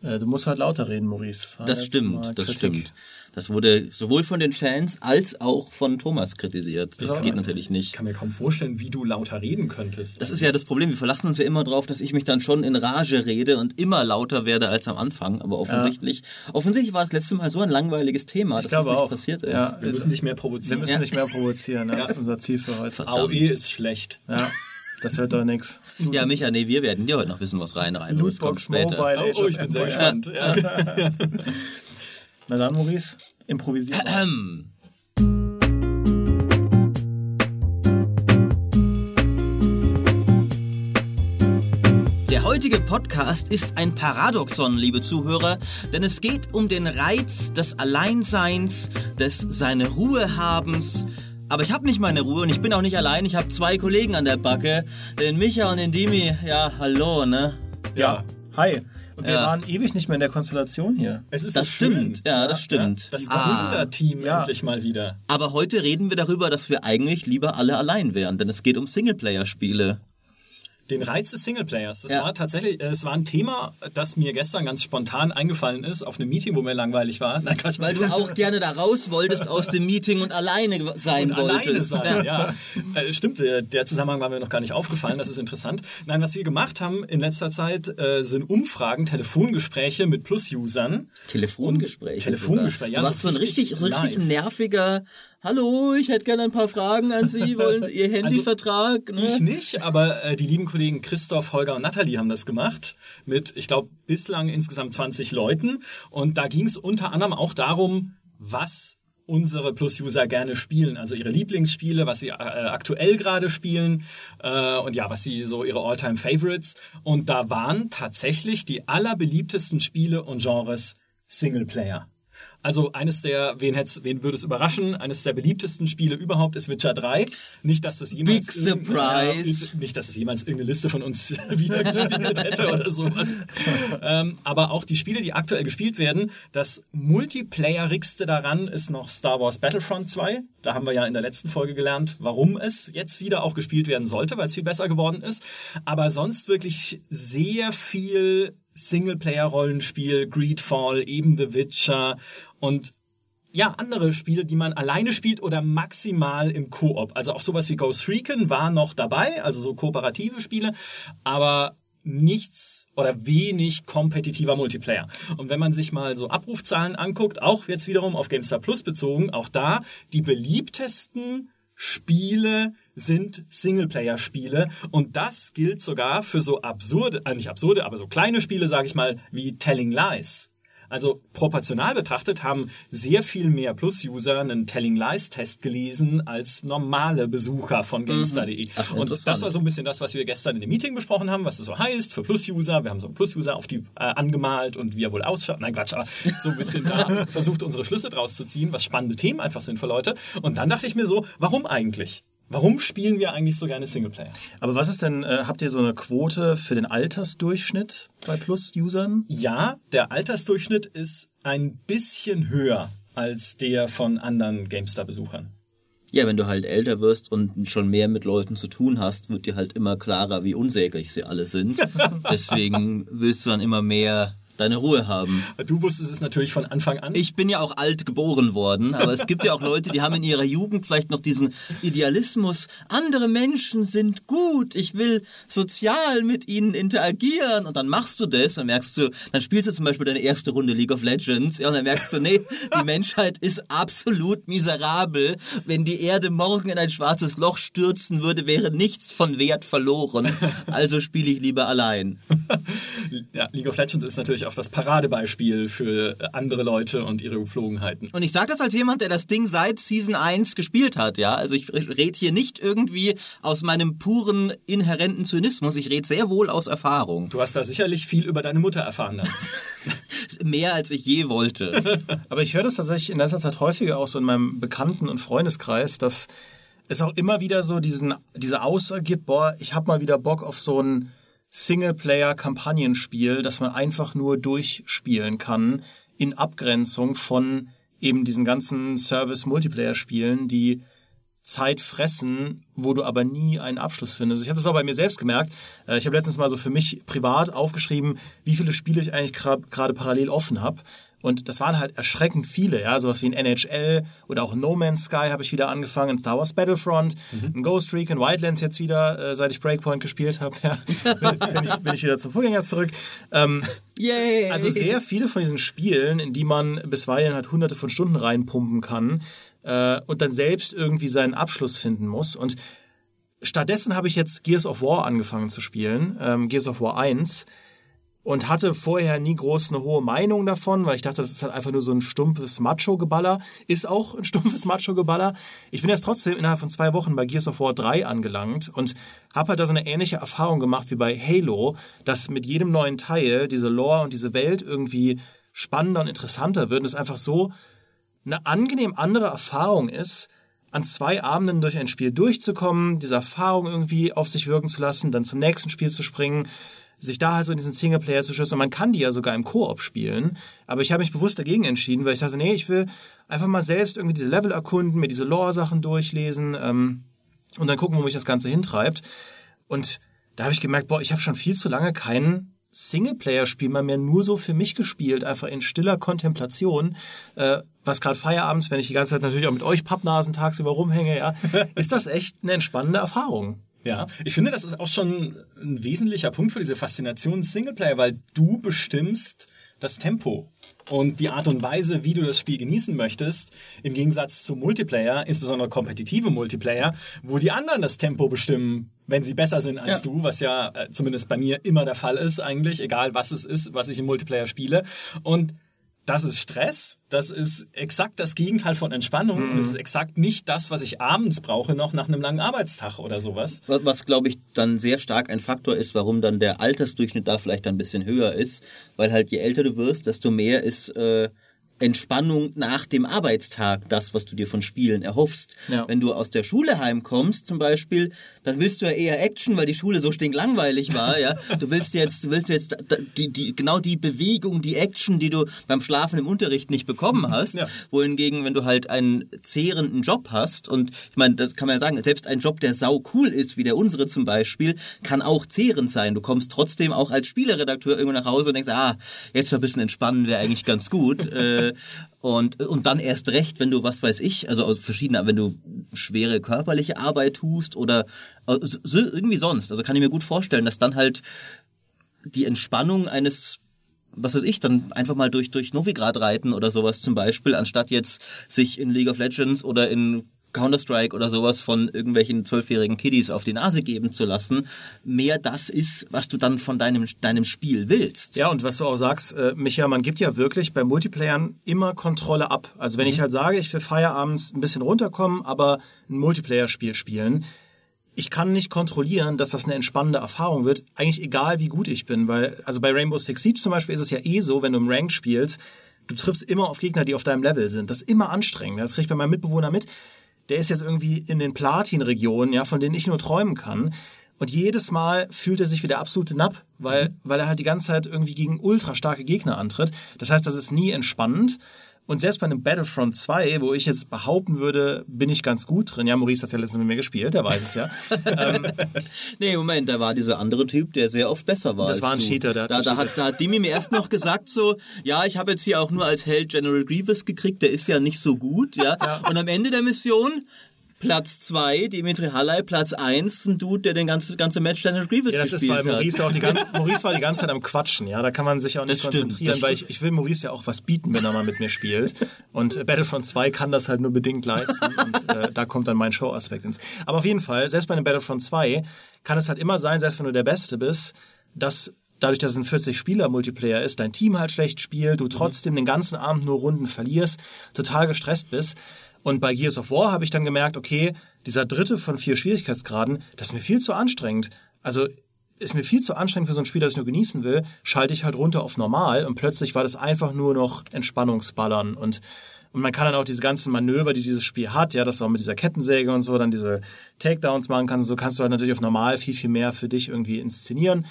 Du musst halt lauter reden, Maurice. Das stimmt. Das wurde sowohl von den Fans als auch von Thomas kritisiert. Das geht natürlich nicht. Ich kann mir kaum vorstellen, wie du lauter reden könntest. Das ist ja das Problem. Wir verlassen uns ja immer drauf, dass ich mich dann schon in Rage rede und immer lauter werde als am Anfang. Aber offensichtlich war das letzte Mal so ein langweiliges Thema, dass das nicht passiert ist. Ja, wir müssen nicht mehr provozieren. Das ist unser Ziel für heute. AOE ist schlecht. Ja. Das hört doch nichts. Ja, Micha, wir werden dir heute noch wissen, was reinreiben. Lootbox Mobile. Ich bin sehr gespannt. Ja. Na dann, Maurice, improvisieren. Der heutige Podcast ist ein Paradoxon, liebe Zuhörer, denn es geht um den Reiz des Alleinseins, des seine Ruhe habens. Aber ich habe nicht meine Ruhe und ich bin auch nicht allein. Ich habe 2 Kollegen an der Backe, den Micha und den Dimi. Ja, hallo, ne? Ja, hi. Und wir waren ewig nicht mehr in der Konstellation hier. Es ist das stimmt, das stimmt. Das Gründerteam endlich mal wieder. Aber heute reden wir darüber, dass wir eigentlich lieber alle allein wären, denn es geht um Singleplayer-Spiele. Den Reiz des Singleplayers. Das war tatsächlich, es war ein Thema, das mir gestern ganz spontan eingefallen ist, auf einem Meeting, wo mir langweilig war. Weil du auch gerne da raus wolltest aus dem Meeting und alleine sein wolltest. Alleine sein, ja. Stimmt, der Zusammenhang war mir noch gar nicht aufgefallen, das ist interessant. Nein, was wir gemacht haben in letzter Zeit, sind Umfragen, Telefongespräche mit Plus-Usern. Telefongespräche, ja. Du warst so ein richtig nerviger... Hallo, ich hätte gerne ein paar Fragen an Sie. Wollen Sie Ihr Handyvertrag? Also, ich nicht, aber die lieben Kollegen Christoph, Holger und Nathalie haben das gemacht mit, ich glaube, bislang insgesamt 20 Leuten. Und da ging es unter anderem auch darum, was unsere Plus-User gerne spielen, also ihre Lieblingsspiele, was sie aktuell gerade spielen und ja, was sie so ihre All-Time-Favorites. Und da waren tatsächlich die allerbeliebtesten Spiele und Genres Singleplayer. Also wen würde es überraschen? Eines der beliebtesten Spiele überhaupt ist Witcher 3. Nicht, dass das jemals Big Surprise. Nicht, dass es jemals irgendeine Liste von uns wieder gespielt hätte oder sowas. Aber auch die Spiele, die aktuell gespielt werden, das multiplayerigste daran ist noch Star Wars Battlefront 2. Da haben wir ja in der letzten Folge gelernt, warum es jetzt wieder auch gespielt werden sollte, weil es viel besser geworden ist. Aber sonst wirklich sehr viel Singleplayer-Rollenspiel, Greedfall, eben The Witcher und ja, andere Spiele, die man alleine spielt oder maximal im Koop. Also auch sowas wie Ghost Recon war noch dabei, also so kooperative Spiele, aber nichts oder wenig kompetitiver Multiplayer. Und wenn man sich mal so Abrufzahlen anguckt, auch jetzt wiederum auf GameStar Plus bezogen, auch da die beliebtesten Spiele sind Singleplayer-Spiele und das gilt sogar für so nicht absurde, aber so kleine Spiele, sage ich mal, wie Telling Lies. Also proportional betrachtet haben sehr viel mehr Plus-User einen Telling Lies-Test gelesen als normale Besucher von GameStar.de. Und das war so ein bisschen das, was wir gestern in dem Meeting besprochen haben, was das so heißt für Plus-User. Wir haben so einen Plus-User auf die angemalt und wie er wohl ausschaut. Nein, Quatsch, aber so ein bisschen da versucht, unsere Schlüsse draus zu ziehen, was spannende Themen einfach sind für Leute. Und dann dachte ich mir so, warum eigentlich? Warum spielen wir eigentlich so gerne Singleplayer? Aber was ist denn, habt ihr so eine Quote für den Altersdurchschnitt bei Plus-Usern? Ja, der Altersdurchschnitt ist ein bisschen höher als der von anderen GameStar-Besuchern. Ja, wenn du halt älter wirst und schon mehr mit Leuten zu tun hast, wird dir halt immer klarer, wie unsäglich sie alle sind. Deswegen willst du dann immer mehr deine Ruhe haben. Du wusstest es natürlich von Anfang an. Ich bin ja auch alt geboren worden, aber es gibt ja auch Leute, die haben in ihrer Jugend vielleicht noch diesen Idealismus, andere Menschen sind gut, ich will sozial mit ihnen interagieren und dann machst du das und merkst du, dann spielst du zum Beispiel deine erste Runde League of Legends und dann merkst du, nee, die Menschheit ist absolut miserabel. Wenn die Erde morgen in ein schwarzes Loch stürzen würde, wäre nichts von Wert verloren. Also spiele ich lieber allein. Ja, League of Legends ist natürlich auch das Paradebeispiel für andere Leute und ihre Gepflogenheiten. Und ich sage das als jemand, der das Ding seit Season 1 gespielt hat, ja. Also ich rede hier nicht irgendwie aus meinem puren inhärenten Zynismus, ich rede sehr wohl aus Erfahrung. Du hast da sicherlich viel über deine Mutter erfahren dann. Mehr als ich je wollte. Aber ich höre das tatsächlich in letzter Zeit häufiger auch so in meinem Bekannten- und Freundeskreis, dass es auch immer wieder so diese Aussage gibt, boah, ich habe mal wieder Bock auf so ein Singleplayer-Kampagnenspiel, das man einfach nur durchspielen kann, in Abgrenzung von eben diesen ganzen Service-Multiplayer-Spielen, die Zeit fressen, wo du aber nie einen Abschluss findest. Ich habe das auch bei mir selbst gemerkt. Ich habe letztens mal so für mich privat aufgeschrieben, wie viele Spiele ich eigentlich gerade parallel offen habe. Und das waren halt erschreckend viele, ja, sowas wie ein NHL oder auch No Man's Sky habe ich wieder angefangen, ein Star Wars Battlefront, ein Ghost Recon, Wildlands jetzt wieder, seit ich Breakpoint gespielt habe, ja, bin ich wieder zum Vorgänger zurück. Yay! Also sehr viele von diesen Spielen, in die man bisweilen halt hunderte von Stunden reinpumpen kann und dann selbst irgendwie seinen Abschluss finden muss. Und stattdessen habe ich jetzt Gears of War angefangen zu spielen, Gears of War 1. Und hatte vorher nie groß eine hohe Meinung davon, weil ich dachte, das ist halt einfach nur so ein stumpfes Macho-Geballer. Ist auch ein stumpfes Macho-Geballer. Ich bin jetzt trotzdem innerhalb von 2 Wochen bei Gears of War 3 angelangt und habe halt da so eine ähnliche Erfahrung gemacht wie bei Halo, dass mit jedem neuen Teil diese Lore und diese Welt irgendwie spannender und interessanter wird und es einfach so eine angenehm andere Erfahrung ist, an 2 Abenden durch ein Spiel durchzukommen, diese Erfahrung irgendwie auf sich wirken zu lassen, dann zum nächsten Spiel zu springen, sich da halt so in diesen Singleplayer zu schützen. Und man kann die ja sogar im Koop spielen. Aber ich habe mich bewusst dagegen entschieden, weil ich dachte, nee, ich will einfach mal selbst irgendwie diese Level erkunden, mir diese Lore-Sachen durchlesen und dann gucken, wo mich das Ganze hintreibt. Und da habe ich gemerkt, ich habe schon viel zu lange kein Singleplayer-Spiel mehr nur so für mich gespielt, einfach in stiller Kontemplation, was gerade feierabends, wenn ich die ganze Zeit natürlich auch mit euch Pappnasen tagsüber rumhänge, ja, ist das echt eine entspannende Erfahrung. Ja, ich finde, das ist auch schon ein wesentlicher Punkt für diese Faszination Singleplayer, weil du bestimmst das Tempo und die Art und Weise, wie du das Spiel genießen möchtest, im Gegensatz zu Multiplayer, insbesondere kompetitive Multiplayer, wo die anderen das Tempo bestimmen, wenn sie besser sind als du, was ja zumindest bei mir immer der Fall ist eigentlich, egal was es ist, was ich im Multiplayer spiele. Und das ist Stress, das ist exakt das Gegenteil von Entspannung. Das ist exakt nicht das, was ich abends brauche, noch nach einem langen Arbeitstag oder sowas. Was, glaube ich, dann sehr stark ein Faktor ist, warum dann der Altersdurchschnitt da vielleicht ein bisschen höher ist. Weil halt je älter du wirst, desto mehr ist Entspannung nach dem Arbeitstag, das, was du dir von Spielen erhoffst. Ja. Wenn du aus der Schule heimkommst zum Beispiel, dann willst du ja eher Action, weil die Schule so stinklangweilig war. Ja, du willst jetzt genau die Bewegung, die Action, die du beim Schlafen im Unterricht nicht bekommen hast. Ja. Wohingegen, wenn du halt einen zehrenden Job hast, und ich meine, das kann man ja sagen, selbst ein Job, der sau cool ist, wie der unsere zum Beispiel, kann auch zehrend sein. Du kommst trotzdem auch als Spieleredakteur irgendwo nach Hause und denkst, jetzt mal ein bisschen entspannen wäre eigentlich ganz gut. Und dann erst recht, wenn du, was weiß ich, also aus verschiedenen, wenn du schwere körperliche Arbeit tust oder so irgendwie sonst. Also kann ich mir gut vorstellen, dass dann halt die Entspannung eines, was weiß ich, dann einfach mal durch Novigrad reiten oder sowas zum Beispiel, anstatt jetzt sich in League of Legends oder in Counter-Strike oder sowas von irgendwelchen 12-jährigen Kiddies auf die Nase geben zu lassen, mehr das ist, was du dann von deinem Spiel willst. Ja, und was du auch sagst, Micha, man gibt ja wirklich bei Multiplayern immer Kontrolle ab. Also wenn ich halt sage, ich will feierabends ein bisschen runterkommen, aber ein Multiplayer-Spiel spielen, ich kann nicht kontrollieren, dass das eine entspannende Erfahrung wird, eigentlich egal wie gut ich bin, weil, also bei Rainbow Six Siege zum Beispiel ist es ja so, wenn du im Ranked spielst, du triffst immer auf Gegner, die auf deinem Level sind. Das ist immer anstrengend. Das kriege ich bei meinem Mitbewohner mit. Der ist jetzt irgendwie in den Platin-Regionen, ja, von denen ich nur träumen kann. Und jedes Mal fühlt er sich wie der absolute Napp, weil er halt die ganze Zeit irgendwie gegen ultra starke Gegner antritt. Das heißt, das ist nie entspannend. Und selbst bei einem Battlefront 2, wo ich jetzt behaupten würde, bin ich ganz gut drin. Ja, Maurice hat ja letztens mit mir gespielt, der weiß es ja. Nee, Moment, da war dieser andere Typ, der sehr oft besser war. Das war ein Cheater. Da hat Dimi mir erst noch gesagt so, ja, ich habe jetzt hier auch nur als Held General Grievous gekriegt, der ist ja nicht so gut, ja. Und am Ende der Mission Platz 2, Dimitri Halley, Platz 1, ein Dude, der den ganze Match General Grievous gespielt hat. Ja, das ist, weil Maurice war die ganze Zeit am Quatschen, ja, da kann man sich auch nicht konzentrieren, weil ich will Maurice ja auch was bieten, wenn er mal mit mir spielt. Und Battlefront 2 kann das halt nur bedingt leisten und da kommt dann mein Show-Aspekt ins. Aber auf jeden Fall, selbst bei einem Battlefront 2 kann es halt immer sein, selbst wenn du der Beste bist, dass dadurch, dass es ein 40-Spieler-Multiplayer ist, dein Team halt schlecht spielt, du trotzdem den ganzen Abend nur Runden verlierst, total gestresst bist. Und bei Gears of War habe ich dann gemerkt, okay, dieser 3. von 4 Schwierigkeitsgraden, das ist mir viel zu anstrengend. Also ist mir viel zu anstrengend für so ein Spiel, das ich nur genießen will, schalte ich halt runter auf normal und plötzlich war das einfach nur noch Entspannungsballern. Und man kann dann auch diese ganzen Manöver, die dieses Spiel hat, ja, dass du auch mit dieser Kettensäge und so dann diese Takedowns machen kannst, so kannst du halt natürlich auf normal viel, viel mehr für dich irgendwie inszenieren.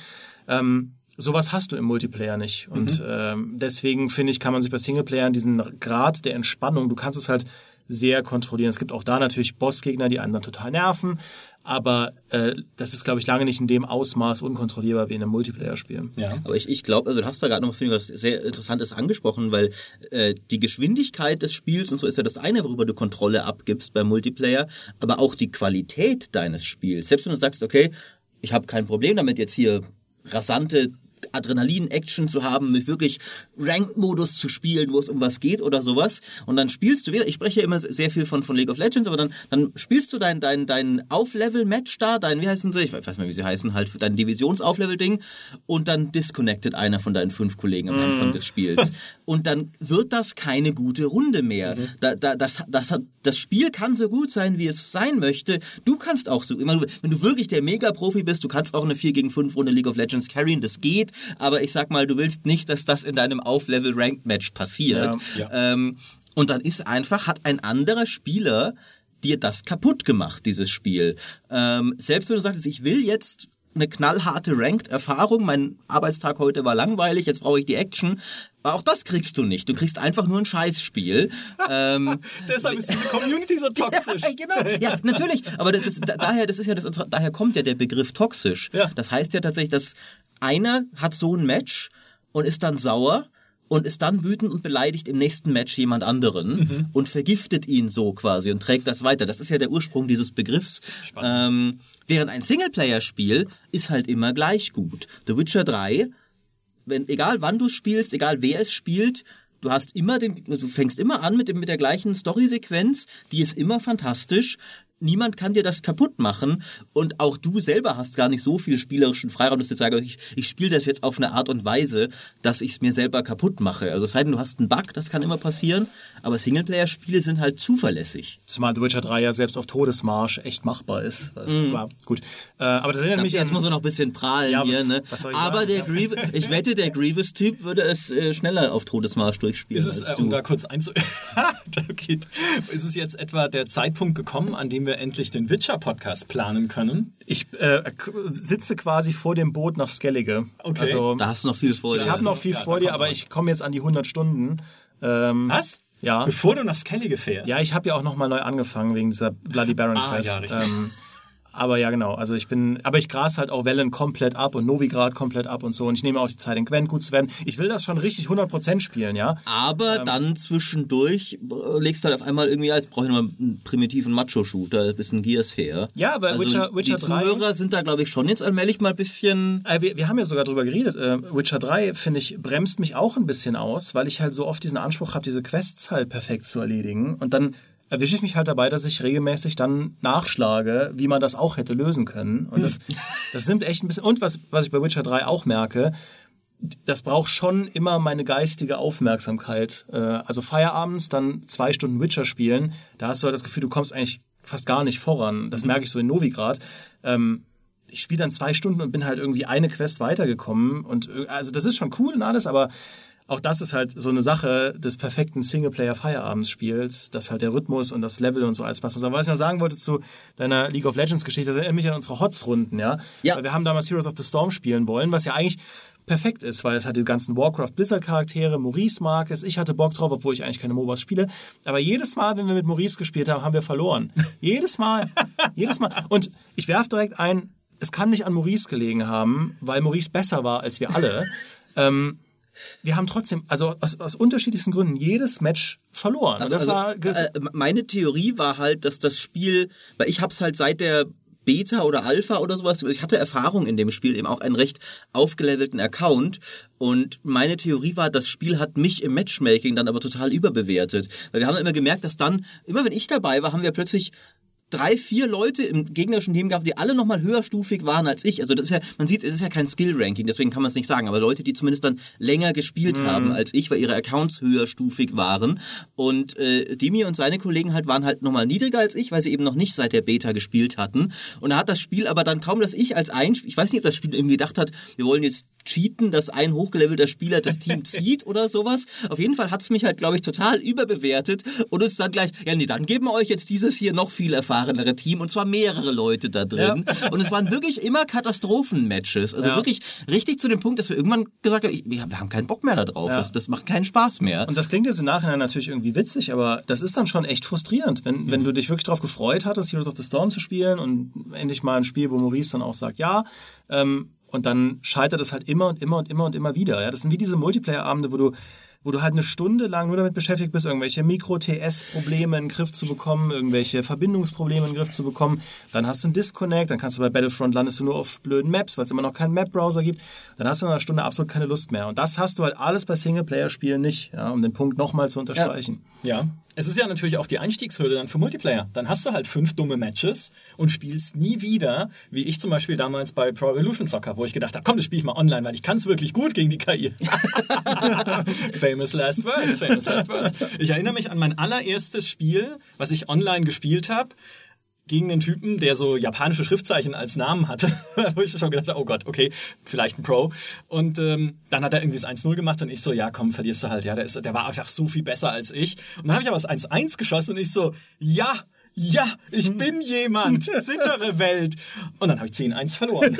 Sowas hast du im Multiplayer nicht. Und deswegen, finde ich, kann man sich bei Singleplayern diesen Grad der Entspannung, du kannst es halt sehr kontrollieren. Es gibt auch da natürlich Bossgegner, die einen dann total nerven, aber das ist, glaube ich, lange nicht in dem Ausmaß unkontrollierbar wie in einem Multiplayer-Spiel. Ja. Aber ich glaube, also du hast da gerade noch was sehr Interessantes angesprochen, weil die Geschwindigkeit des Spiels und so ist ja das eine, worüber du Kontrolle abgibst beim Multiplayer, aber auch die Qualität deines Spiels. Selbst wenn du sagst, okay, ich habe kein Problem damit, jetzt hier rasante Adrenalin-Action zu haben, mit wirklich Ranked-Modus zu spielen, wo es um was geht oder sowas. Und dann spielst du wieder, ich spreche ja immer sehr viel von League of Legends, aber dann spielst du dein Auflevel-Match da, wie heißen sie? Ich weiß nicht mehr, wie sie heißen, halt dein Divisions-Auflevel-Ding und dann disconnected einer von deinen 5 Kollegen am Anfang des Spiels. Und dann wird das keine gute Runde mehr. Das Spiel kann so gut sein, wie es sein möchte. Du kannst auch so, wenn du wirklich der Mega-Profi bist, du kannst auch eine 4-gegen-5 Runde League of Legends carryen, das geht. Aber ich sag mal, du willst nicht, dass das in deinem Auf-Level-Ranked-Match passiert. Ja. Und dann hat ein anderer Spieler dir das kaputt gemacht, dieses Spiel. Selbst wenn du sagst, ich will jetzt eine knallharte Ranked-Erfahrung, mein Arbeitstag heute war langweilig, jetzt brauche ich die Action. Auch das kriegst du nicht. Du kriegst einfach nur ein Scheißspiel. Deshalb ist diese Community so toxisch. Ja, genau. Ja, natürlich. Aber daher kommt ja der Begriff toxisch. Ja. Das heißt ja tatsächlich, dass einer hat so ein Match und ist dann sauer und ist dann wütend und beleidigt im nächsten Match jemand anderen und vergiftet ihn so quasi und trägt das weiter. Das ist ja der Ursprung dieses Begriffs. Während ein Singleplayer-Spiel ist halt immer gleich gut. The Witcher 3, egal wann du es spielst, egal wer es spielt, du fängst immer an mit der gleichen Story-Sequenz, die ist immer fantastisch. Niemand kann dir das kaputt machen und auch du selber hast gar nicht so viel spielerischen Freiraum, dass du sagst, ich spiele das jetzt auf eine Art und Weise, dass ich es mir selber kaputt mache. Also es sei denn, du hast einen Bug, das kann immer passieren, aber Singleplayer-Spiele sind halt zuverlässig. Zumal The Witcher 3 ja selbst auf Todesmarsch echt machbar ist. Also, gut. Aber das erinnert mich jetzt muss er noch ein bisschen prahlen hier, ne? Aber ich wette, der Grievous-Typ würde es schneller auf Todesmarsch durchspielen. Ist es, um da kurz ist es jetzt etwa der Zeitpunkt gekommen, an dem wir endlich den Witcher-Podcast planen können? Ich sitze quasi vor dem Boot nach Skellige. Okay. Also, da hast du noch viel vor dir. Ich habe noch viel vor dir, aber ich komme jetzt an die 100 Stunden. Was? Ja. Bevor du nach Skellige fährst? Ja, ich habe ja auch nochmal neu angefangen wegen dieser Bloody Baron Quest. Ja, richtig. Aber ja, genau. Also ich gras halt auch Wellen komplett ab und Novigrad komplett ab und so. Und ich nehme auch die Zeit, in Gwent gut zu werden. Ich will das schon richtig 100% spielen, ja. Aber dann zwischendurch legst du halt auf einmal irgendwie, jetzt brauche ich nochmal einen primitiven Macho-Shooter, ein bisschen Gears her. Ja, aber also Witcher 3... Die Zuhörer sind da, glaube ich, schon jetzt allmählich mal ein bisschen... Wir haben ja sogar drüber geredet. Witcher 3, finde ich, bremst mich auch ein bisschen aus, weil ich halt so oft diesen Anspruch habe, diese Quests halt perfekt zu erledigen. Und dann erwische ich mich halt dabei, dass ich regelmäßig dann nachschlage, wie man das auch hätte lösen können. Und das nimmt echt ein bisschen... Und was ich bei Witcher 3 auch merke, das braucht schon immer meine geistige Aufmerksamkeit. Also feierabends dann 2 Stunden Witcher spielen, da hast du halt das Gefühl, du kommst eigentlich fast gar nicht voran. Das merke ich so in Novigrad. Ich spiele dann 2 Stunden und bin halt irgendwie eine Quest weitergekommen. Und also das ist schon cool und alles, aber auch das ist halt so eine Sache des perfekten Singleplayer-Feierabendspiels, dass halt der Rhythmus und das Level und so alles passt. Aber was ich noch sagen wollte zu deiner League of Legends-Geschichte, das erinnert mich an unsere HOTS-Runden, ja? Weil wir haben damals Heroes of the Storm spielen wollen, was ja eigentlich perfekt ist, weil es hat die ganzen Warcraft-Blizzard-Charaktere, Maurice mag es, ich hatte Bock drauf, obwohl ich eigentlich keine MOBAs spiele. Aber jedes Mal, wenn wir mit Maurice gespielt haben, haben wir verloren. Jedes Mal. Und ich werfe direkt ein, es kann nicht an Maurice gelegen haben, weil Maurice besser war als wir alle. Wir haben trotzdem, also aus unterschiedlichsten Gründen, jedes Match verloren. Meine Theorie war halt, dass das Spiel, weil ich hab's halt seit der Beta oder Alpha oder sowas, ich hatte Erfahrung in dem Spiel, eben auch einen recht aufgelevelten Account und meine Theorie war, das Spiel hat mich im Matchmaking dann aber total überbewertet. Weil wir haben immer gemerkt, dass dann, immer wenn ich dabei war, haben wir plötzlich 3, 4 Leute im gegnerischen Team gehabt, die alle nochmal höherstufig waren als ich. Also das ist ja, man sieht, es ist ja kein Skill-Ranking, deswegen kann man es nicht sagen. Aber Leute, die zumindest dann länger gespielt haben als ich, weil ihre Accounts höherstufig waren. Und Dimi und seine Kollegen halt waren halt nochmal niedriger als ich, weil sie eben noch nicht seit der Beta gespielt hatten. Und da hat das Spiel aber dann kaum, dass ich als ich weiß nicht, ob das Spiel irgendwie gedacht hat, wir wollen jetzt cheaten, dass ein hochgelevelter Spieler das Team zieht oder sowas. Auf jeden Fall hat's mich halt, glaube ich, total überbewertet und es dann gleich, ja nee, dann geben wir euch jetzt dieses hier noch viel Erfahrung unerfahrenere Team und zwar mehrere Leute da drin. Ja. Und es waren wirklich immer Katastrophenmatches. Also wirklich richtig zu dem Punkt, dass wir irgendwann gesagt haben, wir haben keinen Bock mehr da drauf. Ja. Das macht keinen Spaß mehr. Und das klingt jetzt im Nachhinein natürlich irgendwie witzig, aber das ist dann schon echt frustrierend, wenn du dich wirklich darauf gefreut hattest, Heroes of the Storm zu spielen und endlich mal ein Spiel, wo Maurice dann auch sagt, ja, und dann scheitert es halt immer und immer und immer und immer wieder. Ja? Das sind wie diese Multiplayer-Abende, wo du halt eine Stunde lang nur damit beschäftigt bist, irgendwelche Mikro-TS-Probleme in den Griff zu bekommen, irgendwelche Verbindungsprobleme in den Griff zu bekommen. Dann hast du einen Disconnect, dann kannst du bei Battlefront landest du nur auf blöden Maps, weil es immer noch keinen Map-Browser gibt. Dann hast du nach einer Stunde absolut keine Lust mehr. Und das hast du halt alles bei Singleplayer-Spielen nicht, ja, um den Punkt nochmal zu unterstreichen. Ja. Es ist ja natürlich auch die Einstiegshürde dann für Multiplayer. Dann hast du halt 5 dumme Matches und spielst nie wieder, wie ich zum Beispiel damals bei Pro Evolution Soccer, wo ich gedacht habe, komm, das spiele ich mal online, weil ich kann es wirklich gut gegen die KI. Famous last words. Ich erinnere mich an mein allererstes Spiel, was ich online gespielt habe, gegen einen Typen, der so japanische Schriftzeichen als Namen hatte, wo ich schon gedacht habe, oh Gott, okay, vielleicht ein Pro. Und dann hat er irgendwie das 1-0 gemacht und ich so, ja komm, verlierst du halt. Ja, der war einfach so viel besser als ich. Und dann habe ich aber das 1-1 geschossen und ich so, ja, ich bin jemand, zittere Welt. Und dann habe ich 10-1 verloren.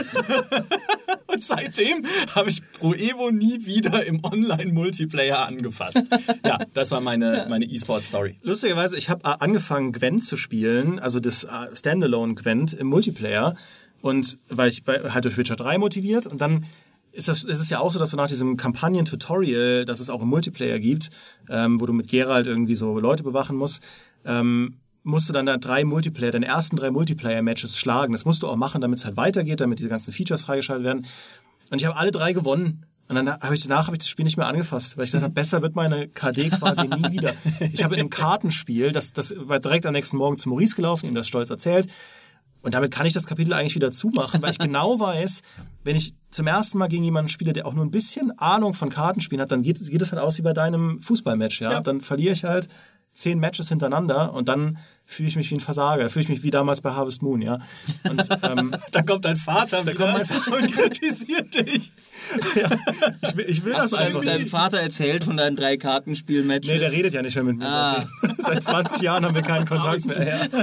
Und seitdem habe ich Pro Evo nie wieder im Online-Multiplayer angefasst. Ja, das war meine E-Sport-Story. Lustigerweise, ich habe angefangen, Gwent zu spielen, also das Standalone-Gwent im Multiplayer. Und weil halt durch Witcher 3 motiviert. Und dann ist es ja auch so, dass du nach diesem Kampagnen-Tutorial, das es auch im Multiplayer gibt, wo du mit Geralt irgendwie so Leute bewachen musst, musst du dann deine ersten 3 Multiplayer-Matches schlagen. Das musst du auch machen, damit es halt weitergeht, damit diese ganzen Features freigeschaltet werden. Und ich habe alle 3 gewonnen. Und dann habe ich das Spiel nicht mehr angefasst, weil ich gesagt habe, besser wird meine KD quasi nie wieder. Ich habe in einem Kartenspiel, das war direkt am nächsten Morgen zu Maurice gelaufen, ihm das stolz erzählt. Und damit kann ich das Kapitel eigentlich wieder zumachen, weil ich genau weiß, wenn ich zum ersten Mal gegen jemanden spiele, der auch nur ein bisschen Ahnung von Kartenspielen hat, dann geht es halt aus wie bei deinem Fußballmatch. Ja? Dann verliere ich halt 10 Matches hintereinander und dann fühle ich mich wie ein Versager. Da fühle ich mich wie damals bei Harvest Moon, ja. Und da kommt dein Vater und kritisiert dich. Ja, ich will Hast das einfach deinem Vater erzählt von deinen 3 Kartenspiel-Matches? Nee, der redet ja nicht mehr mit mir. Seit 20 Jahren haben wir keinen Kontakt mehr.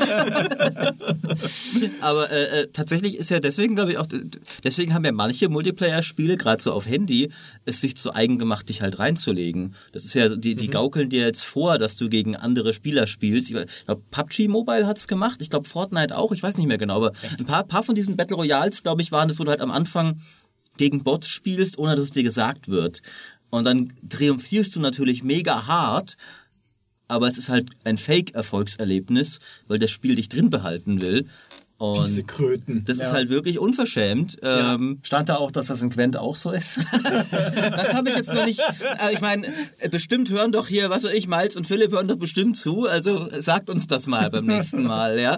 Ja. Aber tatsächlich ist ja deswegen, glaube ich, auch, deswegen haben ja manche Multiplayer-Spiele, gerade so auf Handy, es sich zu eigen gemacht, dich halt reinzulegen. Das ist ja, die gaukeln dir jetzt vor, dass du gegen andere Spieler spielst. Ich glaube, PUBG Mobile hat's gemacht, ich glaube Fortnite auch, ich weiß nicht mehr genau, aber ein paar von diesen Battle Royals, glaube ich, waren das, wo du halt am Anfang gegen Bots spielst, ohne dass es dir gesagt wird. Und dann triumphierst du natürlich mega hart, aber es ist halt ein Fake-Erfolgserlebnis, weil das Spiel dich drin behalten will. Und diese Kröten. Das ist halt wirklich unverschämt. Ja. Stand da auch, dass das in Gwent auch so ist? Das habe ich jetzt noch nicht. Ich meine, bestimmt hören doch hier, was weiß ich, Miles und Philipp hören doch bestimmt zu. Also sagt uns das mal beim nächsten Mal, ja.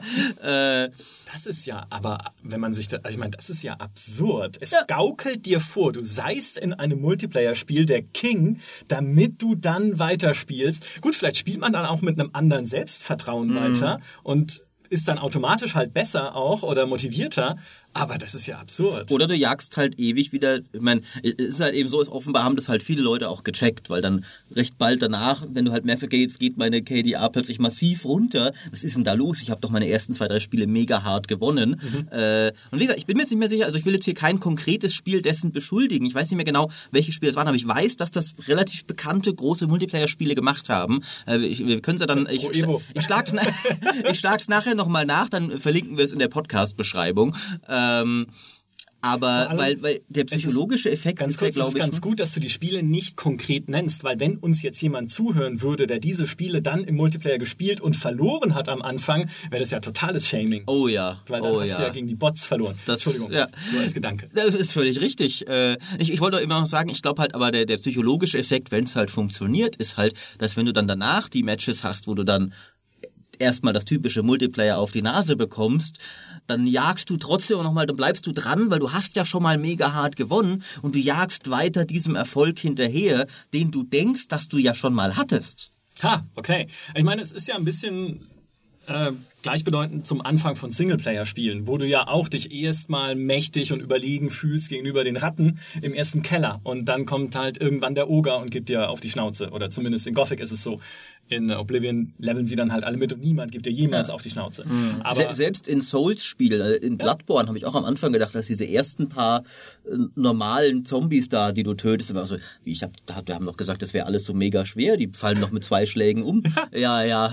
Das ist ja, aber wenn man sich ich meine, das ist ja absurd. Es gaukelt dir vor, du seist in einem Multiplayer-Spiel der King, damit du dann weiterspielst. Gut, vielleicht spielt man dann auch mit einem anderen Selbstvertrauen weiter und ist dann automatisch halt besser auch oder motivierter. Aber das ist ja absurd. Oder du jagst halt ewig wieder, ich meine, es ist halt eben so, offenbar haben das halt viele Leute auch gecheckt, weil dann recht bald danach, wenn du halt merkst, okay, jetzt geht meine KDA plötzlich massiv runter, was ist denn da los? Ich habe doch meine ersten 2, 3 Spiele mega hart gewonnen. Und wie gesagt, ich bin mir jetzt nicht mehr sicher, also ich will jetzt hier kein konkretes Spiel dessen beschuldigen. Ich weiß nicht mehr genau, welche Spiele es waren, aber ich weiß, dass das relativ bekannte, große Multiplayer-Spiele gemacht haben. Wir können es ja dann, ich schlag's nachher nochmal nach, dann verlinken wir es in der Podcast-Beschreibung. Aber weil der psychologische Effekt ist ja, glaube ich... ganz gut, dass du die Spiele nicht konkret nennst, weil wenn uns jetzt jemand zuhören würde, der diese Spiele dann im Multiplayer gespielt und verloren hat am Anfang, wäre das ja totales Shaming. Oh ja. Weil dann hast du ja gegen die Bots verloren. Entschuldigung, nur als Gedanke. Das ist völlig richtig. Ich wollte immer noch sagen, ich glaube halt, aber der psychologische Effekt, wenn es halt funktioniert, ist halt, dass wenn du dann danach die Matches hast, wo du dann erstmal das typische Multiplayer auf die Nase bekommst, dann jagst du trotzdem nochmal, dann bleibst du dran, weil du hast ja schon mal mega hart gewonnen und du jagst weiter diesem Erfolg hinterher, den du denkst, dass du ja schon mal hattest. Ha, okay. Ich meine, es ist ja ein bisschen gleichbedeutend zum Anfang von Singleplayer-Spielen, wo du ja auch dich erstmal mächtig und überlegen fühlst gegenüber den Ratten im ersten Keller und dann kommt halt irgendwann der Oger und gibt dir auf die Schnauze. Oder zumindest in Gothic ist es so. In Oblivion leveln sie dann halt alle mit und niemand gibt dir jemals auf die Schnauze. Aber selbst in Souls-Spielen, in Bloodborne habe ich auch am Anfang gedacht, dass diese ersten paar normalen Zombies da, die du tötest, aber so, wir haben doch gesagt, das wäre alles so mega schwer, die fallen doch mit 2 Schlägen um. Ja.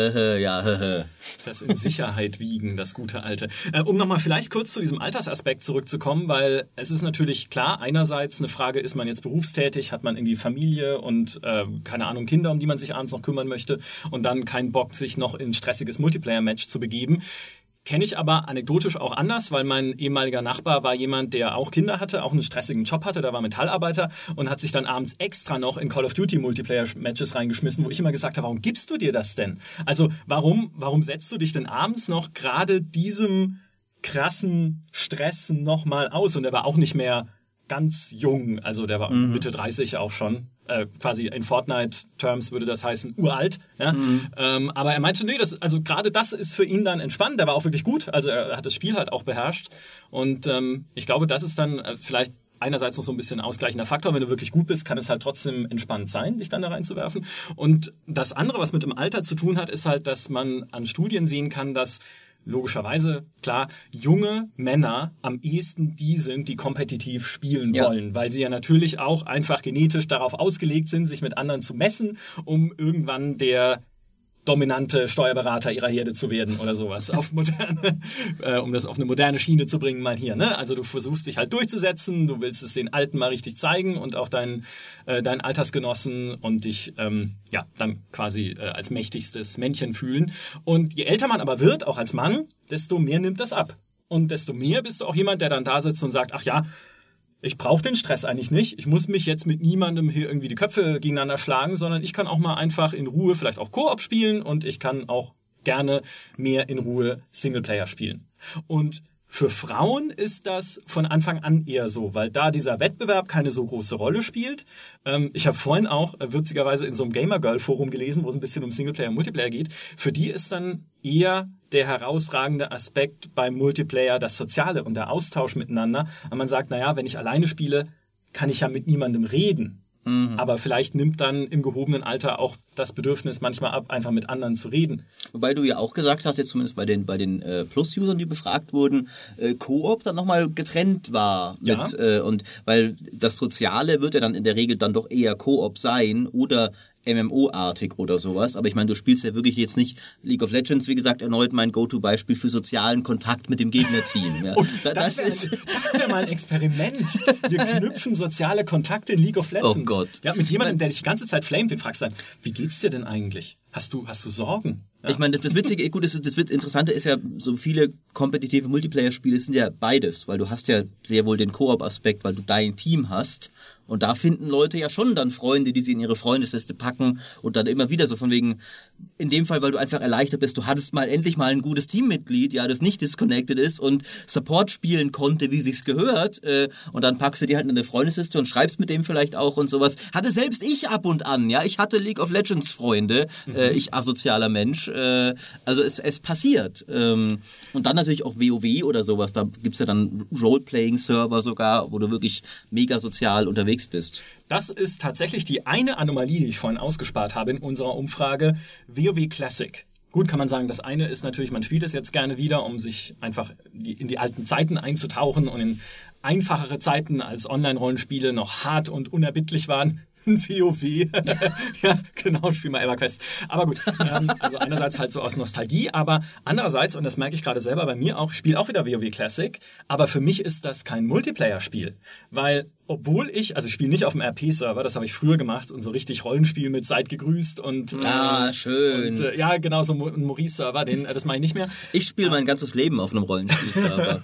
Das in Sicherheit wiegen, das gute Alte. Um nochmal vielleicht kurz zu diesem Altersaspekt zurückzukommen, weil es ist natürlich klar, einerseits eine Frage, ist man jetzt berufstätig, hat man irgendwie Familie und keine Ahnung, Kinder, um die man sich abends noch kümmern möchte und dann keinen Bock, sich noch in ein stressiges Multiplayer-Match zu begeben. Kenne ich aber anekdotisch auch anders, weil mein ehemaliger Nachbar war jemand, der auch Kinder hatte, auch einen stressigen Job hatte, der war Metallarbeiter und hat sich dann abends extra noch in Call of Duty Multiplayer-Matches reingeschmissen, wo ich immer gesagt habe, warum gibst du dir das denn? Also warum setzt du dich denn abends noch gerade diesem krassen Stress nochmal aus? Und er war auch nicht mehr ganz jung, also der war Mitte 30 auch schon. Quasi in Fortnite-Terms würde das heißen, uralt. Ja? Aber er meinte, nee, also gerade das ist für ihn dann entspannt. Der war auch wirklich gut. Also er hat das Spiel halt auch beherrscht. Und ich glaube, das ist dann vielleicht einerseits noch so ein bisschen ausgleichender Faktor. Wenn du wirklich gut bist, kann es halt trotzdem entspannt sein, dich dann da reinzuwerfen. Und das andere, was mit dem Alter zu tun hat, ist halt, dass man an Studien sehen kann, dass logischerweise, klar, junge Männer am ehesten die sind, die kompetitiv spielen wollen, weil sie ja natürlich auch einfach genetisch darauf ausgelegt sind, sich mit anderen zu messen, um irgendwann der dominante Steuerberater ihrer Herde zu werden oder sowas. Um das auf eine moderne Schiene zu bringen, mal hier. Ne? Also du versuchst dich halt durchzusetzen, du willst es den Alten mal richtig zeigen und auch deinen Altersgenossen und dich dann quasi als mächtigstes Männchen fühlen. Und je älter man aber wird, auch als Mann, desto mehr nimmt das ab. Und desto mehr bist du auch jemand, der dann da sitzt und sagt, ach ja, ich brauche den Stress eigentlich nicht. Ich muss mich jetzt mit niemandem hier irgendwie die Köpfe gegeneinander schlagen, sondern ich kann auch mal einfach in Ruhe vielleicht auch Koop spielen und ich kann auch gerne mehr in Ruhe Singleplayer spielen. Und für Frauen ist das von Anfang an eher so, weil da dieser Wettbewerb keine so große Rolle spielt. Ich habe vorhin auch witzigerweise in so einem Gamer-Girl-Forum gelesen, wo es ein bisschen um Singleplayer und Multiplayer geht. Für die ist dann eher der herausragende Aspekt beim Multiplayer das Soziale und der Austausch miteinander. Und man sagt, naja, wenn ich alleine spiele, kann ich ja mit niemandem reden. Aber vielleicht nimmt dann im gehobenen Alter auch das Bedürfnis manchmal ab, einfach mit anderen zu reden. Wobei du ja auch gesagt hast, jetzt zumindest bei den Plus-Usern, die befragt wurden, Koop dann nochmal getrennt war. Und weil das Soziale wird ja dann in der Regel dann doch eher Koop sein oder MMO-artig oder sowas. Aber ich meine, du spielst ja wirklich jetzt nicht League of Legends, wie gesagt, erneut mein Go-To-Beispiel für sozialen Kontakt mit dem Gegnerteam. Ja. Das wäre mal ein Experiment. Wir knüpfen soziale Kontakte in League of Legends. Oh Gott. Ja, mit jemandem, der dich die ganze Zeit flamet, den fragst du dann, wie geht's dir denn eigentlich? Hast du Sorgen? Ja. Ich meine, das Witzige, gut, das Interessante ist ja, so viele kompetitive Multiplayer-Spiele sind ja beides, weil du hast ja sehr wohl den Koop-Aspekt, weil du dein Team hast. Und da finden Leute ja schon dann Freunde, die sie in ihre Freundesliste packen und dann immer wieder so von wegen, in dem Fall, weil du einfach erleichtert bist, du hattest endlich mal ein gutes Teammitglied, ja, das nicht disconnected ist und Support spielen konnte, wie sich's gehört, und dann packst du die halt in eine Freundesliste und schreibst mit dem vielleicht auch und sowas. Hatte selbst ich ab und an, ja, ich hatte League of Legends Freunde, ich asozialer Mensch, also es passiert. Und dann natürlich auch WoW oder sowas, da gibt's ja dann Role-Playing-Server sogar, wo du wirklich mega sozial unterwegs bist. Das ist tatsächlich die eine Anomalie, die ich vorhin ausgespart habe in unserer Umfrage. WoW Classic. Gut, kann man sagen, das eine ist natürlich, man spielt es jetzt gerne wieder, um sich einfach in die alten Zeiten einzutauchen und in einfachere Zeiten, als Online-Rollenspiele noch hart und unerbittlich waren. WoW. Ja, genau, spiel mal EverQuest. Aber gut, also einerseits halt so aus Nostalgie, aber andererseits, und das merke ich gerade selber bei mir auch, ich spiele auch wieder WoW Classic, aber für mich ist das kein Multiplayer-Spiel, weil obwohl ich spiele nicht auf dem RP-Server, das habe ich früher gemacht und so richtig Rollenspiel mit Seid gegrüßt und schön. Und, ja, genau, so ein Maurice-Server, das mache ich nicht mehr. Ich spiele mein ganzes Leben auf einem Rollenspiel-Server.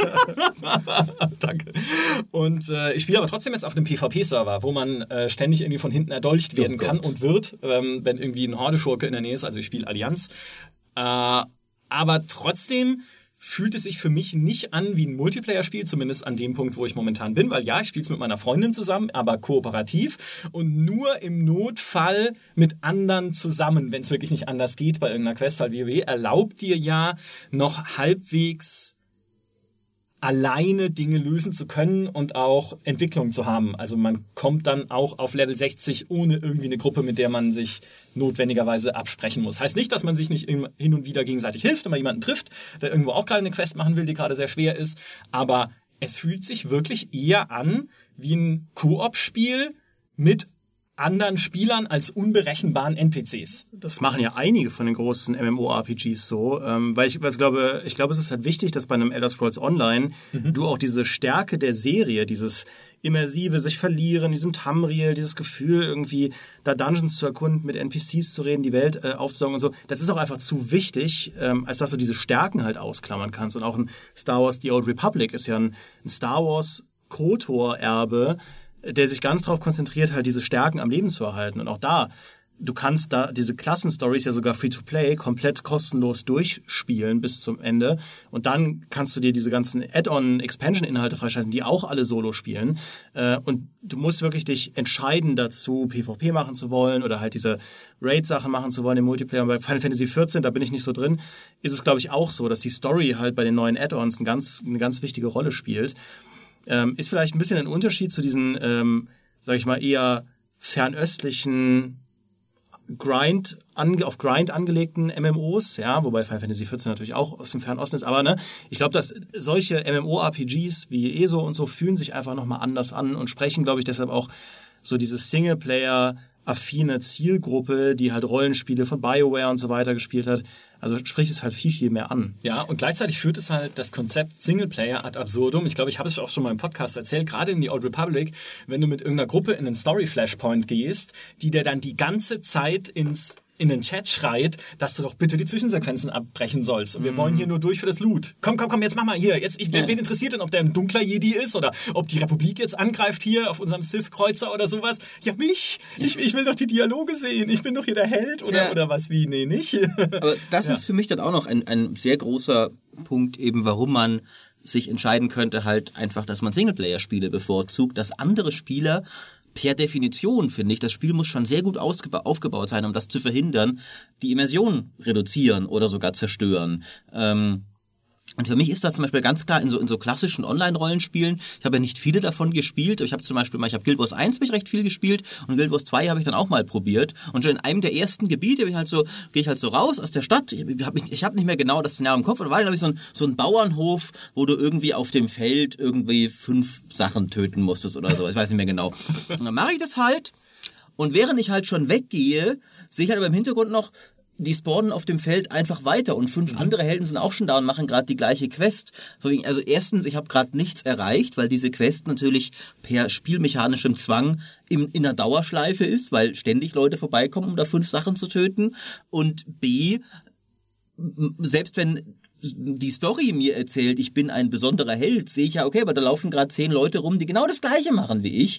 Danke. Und ich spiele aber trotzdem jetzt auf einem PvP-Server, wo man ständig irgendwie von hinten erdolcht werden kann und wird, wenn irgendwie ein Horde-Schurke in der Nähe ist, also ich spiele Allianz. Aber trotzdem fühlt es sich für mich nicht an wie ein Multiplayer-Spiel, zumindest an dem Punkt, wo ich momentan bin, weil ja, ich spiele es mit meiner Freundin zusammen, aber kooperativ und nur im Notfall mit anderen zusammen, wenn es wirklich nicht anders geht bei irgendeiner Quest, weil WoW erlaubt dir ja noch halbwegs alleine Dinge lösen zu können und auch Entwicklung zu haben. Also man kommt dann auch auf Level 60 ohne irgendwie eine Gruppe, mit der man sich notwendigerweise absprechen muss. Heißt nicht, dass man sich nicht hin und wieder gegenseitig hilft, wenn man jemanden trifft, der irgendwo auch gerade eine Quest machen will, die gerade sehr schwer ist. Aber es fühlt sich wirklich eher an wie ein Koop-Spiel mit anderen Spielern als unberechenbaren NPCs. Das machen ja einige von den großen MMORPGs so, weil ich glaube, es ist halt wichtig, dass bei einem Elder Scrolls Online du auch diese Stärke der Serie, dieses immersive sich verlieren, diesem Tamriel, dieses Gefühl irgendwie da Dungeons zu erkunden, mit NPCs zu reden, die Welt aufzusaugen und so, das ist auch einfach zu wichtig, als dass du diese Stärken halt ausklammern kannst. Und auch ein Star Wars The Old Republic ist ja ein Star Wars KOTOR-Erbe, der sich ganz darauf konzentriert, halt diese Stärken am Leben zu erhalten. Und auch da, du kannst da diese Klassenstories ja sogar Free-to-Play komplett kostenlos durchspielen bis zum Ende. Und dann kannst du dir diese ganzen Add-on-Expansion-Inhalte freischalten, die auch alle solo spielen. Und du musst wirklich dich entscheiden dazu, PvP machen zu wollen oder halt diese Raid-Sachen machen zu wollen im Multiplayer. Und bei Final Fantasy XIV, da bin ich nicht so drin, ist es, glaube ich, auch so, dass die Story halt bei den neuen Add-ons eine ganz wichtige Rolle spielt. Ist vielleicht ein bisschen ein Unterschied zu diesen, sag ich mal, eher fernöstlichen auf Grind angelegten MMOs, ja, wobei Final Fantasy XIV natürlich auch aus dem Fernosten ist, aber ne, ich glaube, dass solche MMORPGs wie ESO und so fühlen sich einfach nochmal anders an und sprechen, glaube ich, deshalb auch so diese Singleplayer-affine Zielgruppe, die halt Rollenspiele von BioWare und so weiter gespielt hat. Also spricht es halt viel mehr an. Ja, und gleichzeitig führt es halt das Konzept Singleplayer ad absurdum. Ich glaube, ich habe es auch schon mal im Podcast erzählt, gerade in The Old Republic, wenn du mit irgendeiner Gruppe in einen Story-Flashpoint gehst, die dir dann die ganze Zeit in den Chat schreit, dass du doch bitte die Zwischensequenzen abbrechen sollst. Und wir wollen hier nur durch für das Loot. Komm, jetzt mach mal hier. Wen interessiert denn, ob der ein dunkler Jedi ist oder ob die Republik jetzt angreift hier auf unserem Sith-Kreuzer oder sowas? Ja, mich! Ich will doch die Dialoge sehen. Ich bin doch hier der Held oder was wie? Nee, nicht. Aber das ist für mich dann auch noch ein sehr großer Punkt eben, warum man sich entscheiden könnte, halt einfach, dass man Singleplayer-Spiele bevorzugt, dass andere Spieler per Definition, finde ich, das Spiel muss schon sehr gut aufgebaut sein, um das zu verhindern, die Immersion reduzieren oder sogar zerstören. Und für mich ist das zum Beispiel ganz klar in so klassischen Online-Rollenspielen. Ich habe ja nicht viele davon gespielt. Ich habe Guild Wars 1 habe ich recht viel gespielt und Guild Wars 2 habe ich dann auch mal probiert. Und schon in einem der ersten Gebiete gehe ich halt so raus aus der Stadt. Ich habe nicht mehr genau das Szenario im Kopf, aber war glaube ich so ein Bauernhof, wo du irgendwie auf dem Feld irgendwie 5 Sachen töten musstest oder so. Ich weiß nicht mehr genau. Und dann mache ich das halt. Und während ich halt schon weggehe, sehe ich halt aber im Hintergrund noch, die spawnen auf dem Feld einfach weiter und 5 andere Helden sind auch schon da und machen gerade die gleiche Quest. Also erstens, ich habe gerade nichts erreicht, weil diese Quest natürlich per spielmechanischem Zwang in einer Dauerschleife ist, weil ständig Leute vorbeikommen, um da 5 Sachen zu töten. Und B, selbst wenn die Story mir erzählt, ich bin ein besonderer Held, sehe ich ja, okay, aber da laufen gerade 10 Leute rum, die genau das Gleiche machen wie ich.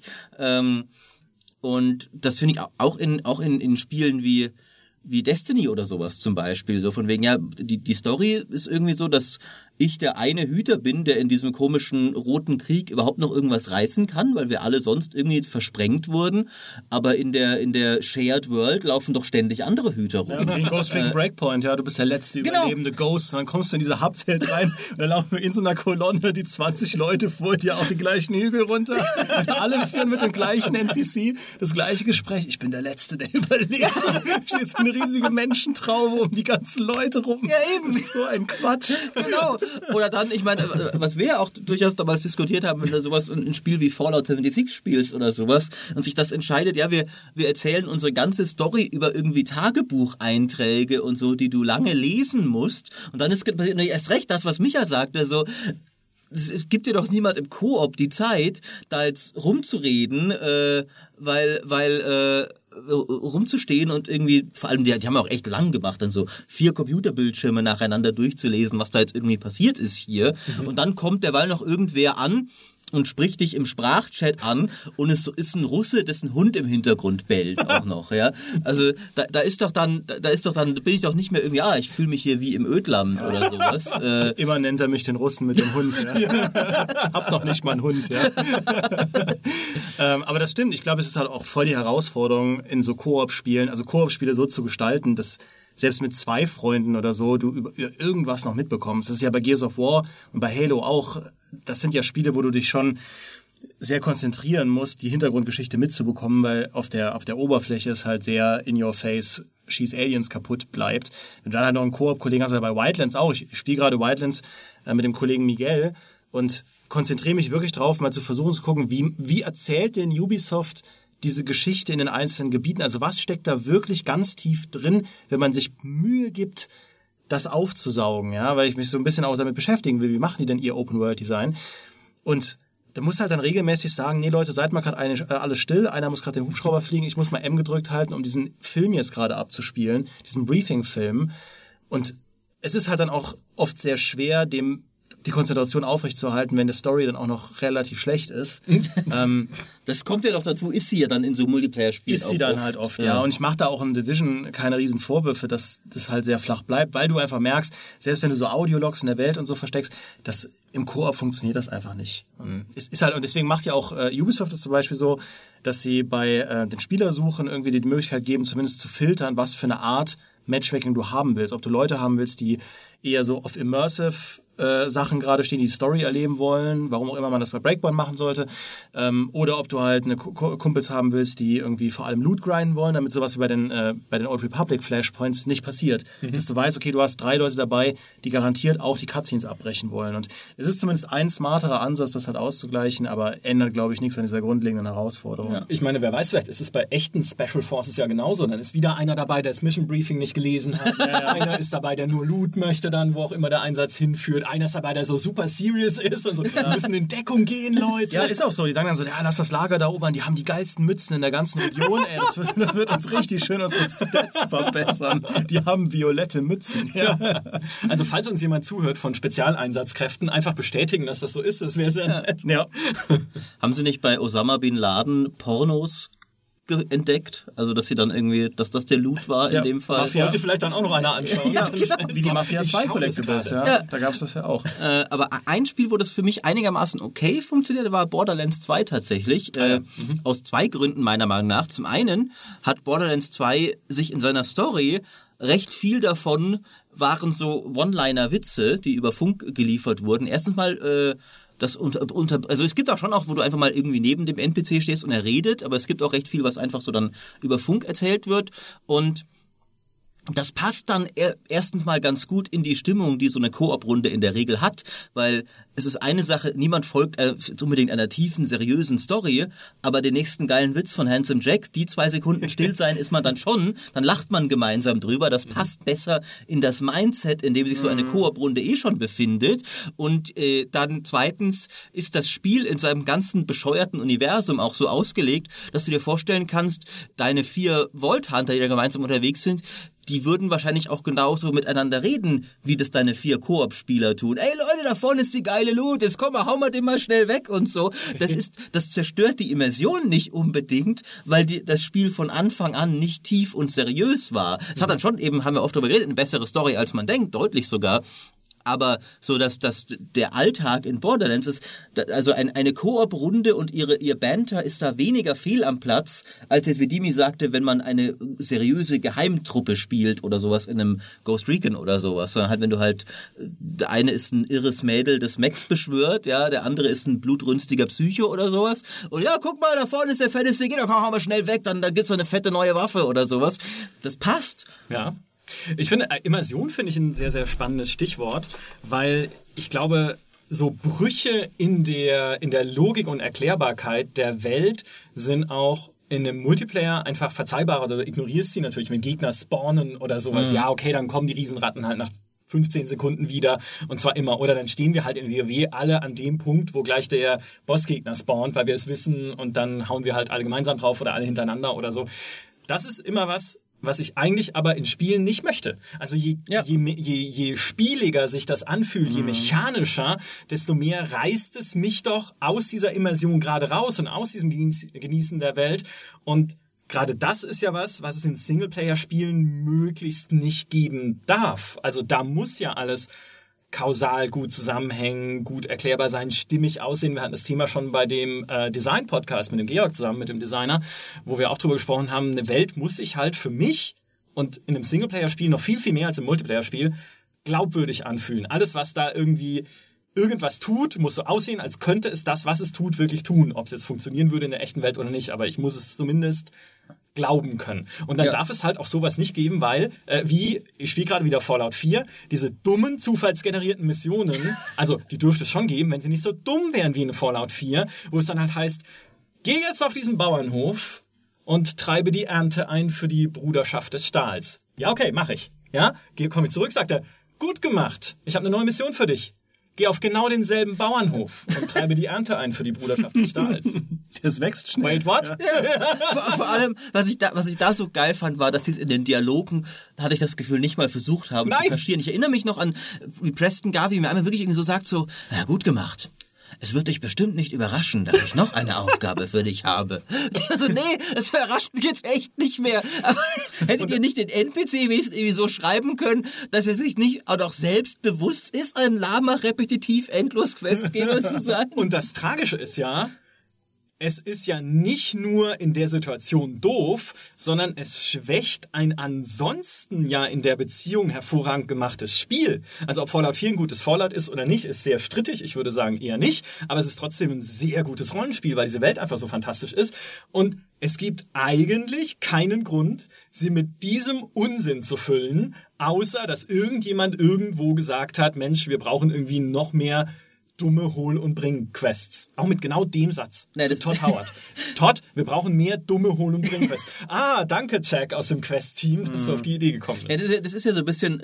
Und das finde ich auch in Spielen wie Destiny oder sowas zum Beispiel. So von wegen, ja, die Story ist irgendwie so, dass ich der eine Hüter bin, der in diesem komischen roten Krieg überhaupt noch irgendwas reißen kann, weil wir alle sonst irgendwie versprengt wurden. Aber in der Shared World laufen doch ständig andere Hüter rum. Ja, wie in Ghost Recon Breakpoint, ja, du bist der letzte überlebende Ghost. Und dann kommst du in diese Hubfeld rein und dann laufen wir in so einer Kolonne die 20 Leute vor dir auch die gleichen Hügel runter. Und alle führen mit dem gleichen NPC das gleiche Gespräch. Ich bin der Letzte, der überlebt. Ja. Steht so eine riesige Menschentraube um die ganzen Leute rum. Ja, eben. Das ist so ein Quatsch. Genau. Oder dann, ich meine, was wir auch durchaus damals diskutiert haben, wenn du sowas ein Spiel wie Fallout 76 spielst oder sowas und sich das entscheidet, ja, wir erzählen unsere ganze Story über irgendwie Tagebucheinträge und so, die du lange lesen musst. Und dann ist erst recht das, was Micha sagt, also es gibt dir doch niemand im Koop die Zeit, da jetzt rumzureden, weil rumzustehen und irgendwie, vor allem die haben auch echt lang gemacht, dann so 4 Computerbildschirme nacheinander durchzulesen, was da jetzt irgendwie passiert ist hier. Und dann kommt derweil noch irgendwer an und spricht dich im Sprachchat an und es ist ein Russe, dessen Hund im Hintergrund bellt auch noch, ja. Also da bin ich doch nicht mehr irgendwie, ich fühle mich hier wie im Ödland oder sowas. Immer nennt er mich den Russen mit dem Hund, ja. Ich hab doch nicht mal einen Hund, ja. Aber das stimmt, ich glaube, es ist halt auch voll die Herausforderung in so Koop-Spielen, also Koop-Spiele so zu gestalten, dass selbst mit 2 Freunden oder so du über irgendwas noch mitbekommst. Das ist ja bei Gears of War und bei Halo auch. Das sind ja Spiele, wo du dich schon sehr konzentrieren musst, die Hintergrundgeschichte mitzubekommen, weil auf der Oberfläche es halt sehr in your face, schieß Aliens kaputt bleibt. Wenn du dann halt noch einen Koop-Kollegen hast, bei Wildlands auch. Ich spiele gerade Wildlands mit dem Kollegen Miguel und konzentriere mich wirklich drauf, mal zu versuchen zu gucken, wie erzählt denn Ubisoft diese Geschichte in den einzelnen Gebieten? Also was steckt da wirklich ganz tief drin, wenn man sich Mühe gibt, das aufzusaugen, ja, weil ich mich so ein bisschen auch damit beschäftigen will, wie machen die denn ihr Open-World-Design? Und da muss halt dann regelmäßig sagen, nee Leute, seid mal gerade alles still, einer muss gerade den Hubschrauber fliegen, ich muss mal M gedrückt halten, um diesen Film jetzt gerade abzuspielen, diesen Briefing-Film. Und es ist halt dann auch oft sehr schwer, die Konzentration aufrechtzuerhalten, wenn die Story dann auch noch relativ schlecht ist. Das kommt ja doch dazu, ist sie ja dann in so Multiplayer-Spielen ist sie dann oft. Halt oft, ja. Und ich mache da auch in Division keine riesen Vorwürfe, dass das halt sehr flach bleibt, weil du einfach merkst, selbst wenn du so Audiologs in der Welt und so versteckst, dass im Koop funktioniert das einfach nicht. Es ist halt, und deswegen macht ja auch Ubisoft das zum Beispiel so, dass sie bei den Spielersuchen irgendwie die Möglichkeit geben, zumindest zu filtern, was für eine Art Matchmaking du haben willst. Ob du Leute haben willst, die eher so auf Immersive Sachen gerade stehen, die Story erleben wollen, warum auch immer man das bei Breakpoint machen sollte, oder ob du halt eine Kumpels haben willst, die irgendwie vor allem Loot grinden wollen, damit sowas wie bei den Old Republic Flashpoints nicht passiert. Dass du weißt, okay, du hast 3 Leute dabei, die garantiert auch die Cutscenes abbrechen wollen. Und es ist zumindest ein smarterer Ansatz, das halt auszugleichen, aber ändert, glaube ich, nichts an dieser grundlegenden Herausforderung. Ja. Ich meine, wer weiß, vielleicht ist es bei echten Special Forces ja genauso. Dann ist wieder einer dabei, der das Mission Briefing nicht gelesen hat. Einer ist dabei, der nur Loot möchte dann, wo auch immer der Einsatz hinführt. Einer ist dabei, der so super serious ist und so, wir müssen in Deckung gehen, Leute. Ja, ist auch so. Die sagen dann so, ja, lass das Lager da oben, die haben die geilsten Mützen in der ganzen Region. Ey, das wird uns richtig schön unsere Stats verbessern. Die haben violette Mützen. Ja. Also falls uns jemand zuhört von Spezialeinsatzkräften, einfach bestätigen, dass das so ist. Das wäre sehr nett. Ja. Haben Sie nicht bei Osama Bin Laden Pornos entdeckt, also dass sie dann irgendwie, dass das der Loot war in dem Fall. Mafia. Wollte vielleicht dann auch noch einer anschauen. Ja, genau. Wie die Mafia 2 Collectibles, ja. Da gab es das ja auch. Aber ein Spiel, wo das für mich einigermaßen okay funktionierte, war Borderlands 2 tatsächlich. Aus 2 Gründen meiner Meinung nach. Zum einen hat Borderlands 2 sich in seiner Story recht viel davon waren so One-Liner-Witze, die über Funk geliefert wurden. Erstens mal also es gibt auch schon auch, wo du einfach mal irgendwie neben dem NPC stehst und er redet, aber es gibt auch recht viel, was einfach so dann über Funk erzählt wird und das passt dann erstens mal ganz gut in die Stimmung, die so eine Koop-Runde in der Regel hat, weil es ist eine Sache, niemand folgt unbedingt einer tiefen, seriösen Story, aber den nächsten geilen Witz von Handsome Jack, die 2 Sekunden still sein, ist man dann schon, dann lacht man gemeinsam drüber, das passt besser in das Mindset, in dem sich so eine Koop-Runde schon befindet und dann zweitens ist das Spiel in seinem ganzen bescheuerten Universum auch so ausgelegt, dass du dir vorstellen kannst, deine 4 Vault-Hunter, die da gemeinsam unterwegs sind, die würden wahrscheinlich auch genauso miteinander reden, wie das deine 4 Koop-Spieler tun. Ey Leute, da vorne ist die geile Loot, jetzt komm mal, hau mal den mal schnell weg und so. Das zerstört die Immersion nicht unbedingt, weil das Spiel von Anfang an nicht tief und seriös war. Es hat dann schon eben, haben wir oft darüber geredet, eine bessere Story, als man denkt, deutlich sogar. Aber so, dass der Alltag in Borderlands ist, also eine Koop-Runde und ihr Banter ist da weniger fehl am Platz, als jetzt wie Dimi sagte, wenn man eine seriöse Geheimtruppe spielt oder sowas in einem Ghost Recon oder sowas. Sondern halt, wenn du halt, der eine ist ein irres Mädel, das Max beschwört, ja, der andere ist ein blutrünstiger Psycho oder sowas. Und ja, guck mal, da vorne ist der fette CG, da kommen wir schnell weg, dann gibt's so eine fette neue Waffe oder sowas. Das passt. Ja. Ich finde, Immersion finde ich ein sehr, sehr spannendes Stichwort, weil ich glaube, so Brüche in der Logik und Erklärbarkeit der Welt sind auch in einem Multiplayer einfach verzeihbarer, oder du ignorierst sie natürlich, wenn Gegner spawnen oder sowas. Ja, okay, dann kommen die Riesenratten halt nach 15 Sekunden wieder und zwar immer. Oder dann stehen wir halt in WoW alle an dem Punkt, wo gleich der Bossgegner spawnt, weil wir es wissen und dann hauen wir halt alle gemeinsam drauf oder alle hintereinander oder so. Das ist immer was was ich eigentlich aber in Spielen nicht möchte. Also je spieliger sich das anfühlt, je mechanischer, desto mehr reißt es mich doch aus dieser Immersion gerade raus und aus diesem Genießen der Welt. Und gerade das ist ja was es in Singleplayer-Spielen möglichst nicht geben darf. Also da muss ja alles kausal gut zusammenhängen, gut erklärbar sein, stimmig aussehen. Wir hatten das Thema schon bei dem Design-Podcast mit dem Georg zusammen, mit dem Designer, wo wir auch drüber gesprochen haben, eine Welt muss sich halt für mich und in einem Singleplayer-Spiel noch viel, viel mehr als im Multiplayer-Spiel glaubwürdig anfühlen. Alles, was da irgendwie irgendwas tut, muss so aussehen, als könnte es das, was es tut, wirklich tun. Ob es jetzt funktionieren würde in der echten Welt oder nicht, aber ich muss es zumindest glauben können. Und dann darf es halt auch sowas nicht geben, weil, ich spiele gerade wieder Fallout 4, diese dummen, zufallsgenerierten Missionen, also die dürfte es schon geben, wenn sie nicht so dumm wären wie in Fallout 4, wo es dann halt heißt, geh jetzt auf diesen Bauernhof und treibe die Ernte ein für die Bruderschaft des Stahls. Ja, okay, mach ich. Ja, komme ich zurück, sagt er, gut gemacht, ich habe eine neue Mission für dich. Geh auf genau denselben Bauernhof und treibe die Ernte ein für die Bruderschaft des Stahls. Das wächst schnell. Wait, what? Ja. Vor allem, was ich da so geil fand, war, dass sie es in den Dialogen, hatte ich das Gefühl, nicht mal versucht haben zu kaschieren. Ich erinnere mich noch an, wie Preston Garvey mir einmal wirklich irgendwie so sagt, so, ja, gut gemacht. Es wird dich bestimmt nicht überraschen, dass ich noch eine Aufgabe für dich habe. Also nee, es überrascht mich jetzt echt nicht mehr. Aber hättet ihr nicht den NPC irgendwie so schreiben können, dass er sich nicht auch noch selbst bewusst ist, ein lahmer, repetitiv, endlos Questgeber zu sein? Und das Tragische ist ja, es ist ja nicht nur in der Situation doof, sondern es schwächt ein ansonsten ja in der Beziehung hervorragend gemachtes Spiel. Also ob Fallout 4 ein gutes Fallout ist oder nicht, ist sehr strittig. Ich würde sagen eher nicht. Aber es ist trotzdem ein sehr gutes Rollenspiel, weil diese Welt einfach so fantastisch ist. Und es gibt eigentlich keinen Grund, sie mit diesem Unsinn zu füllen, außer dass irgendjemand irgendwo gesagt hat, Mensch, wir brauchen irgendwie noch mehr dumme Hol- und Bring-Quests. Auch mit genau dem Satz. Nee, zu Todd Howard. Todd, wir brauchen mehr dumme Hol- und Bring-Quests. Danke, Jack aus dem Quest-Team, dass du auf die Idee gekommen bist. Ja, das ist ja so ein bisschen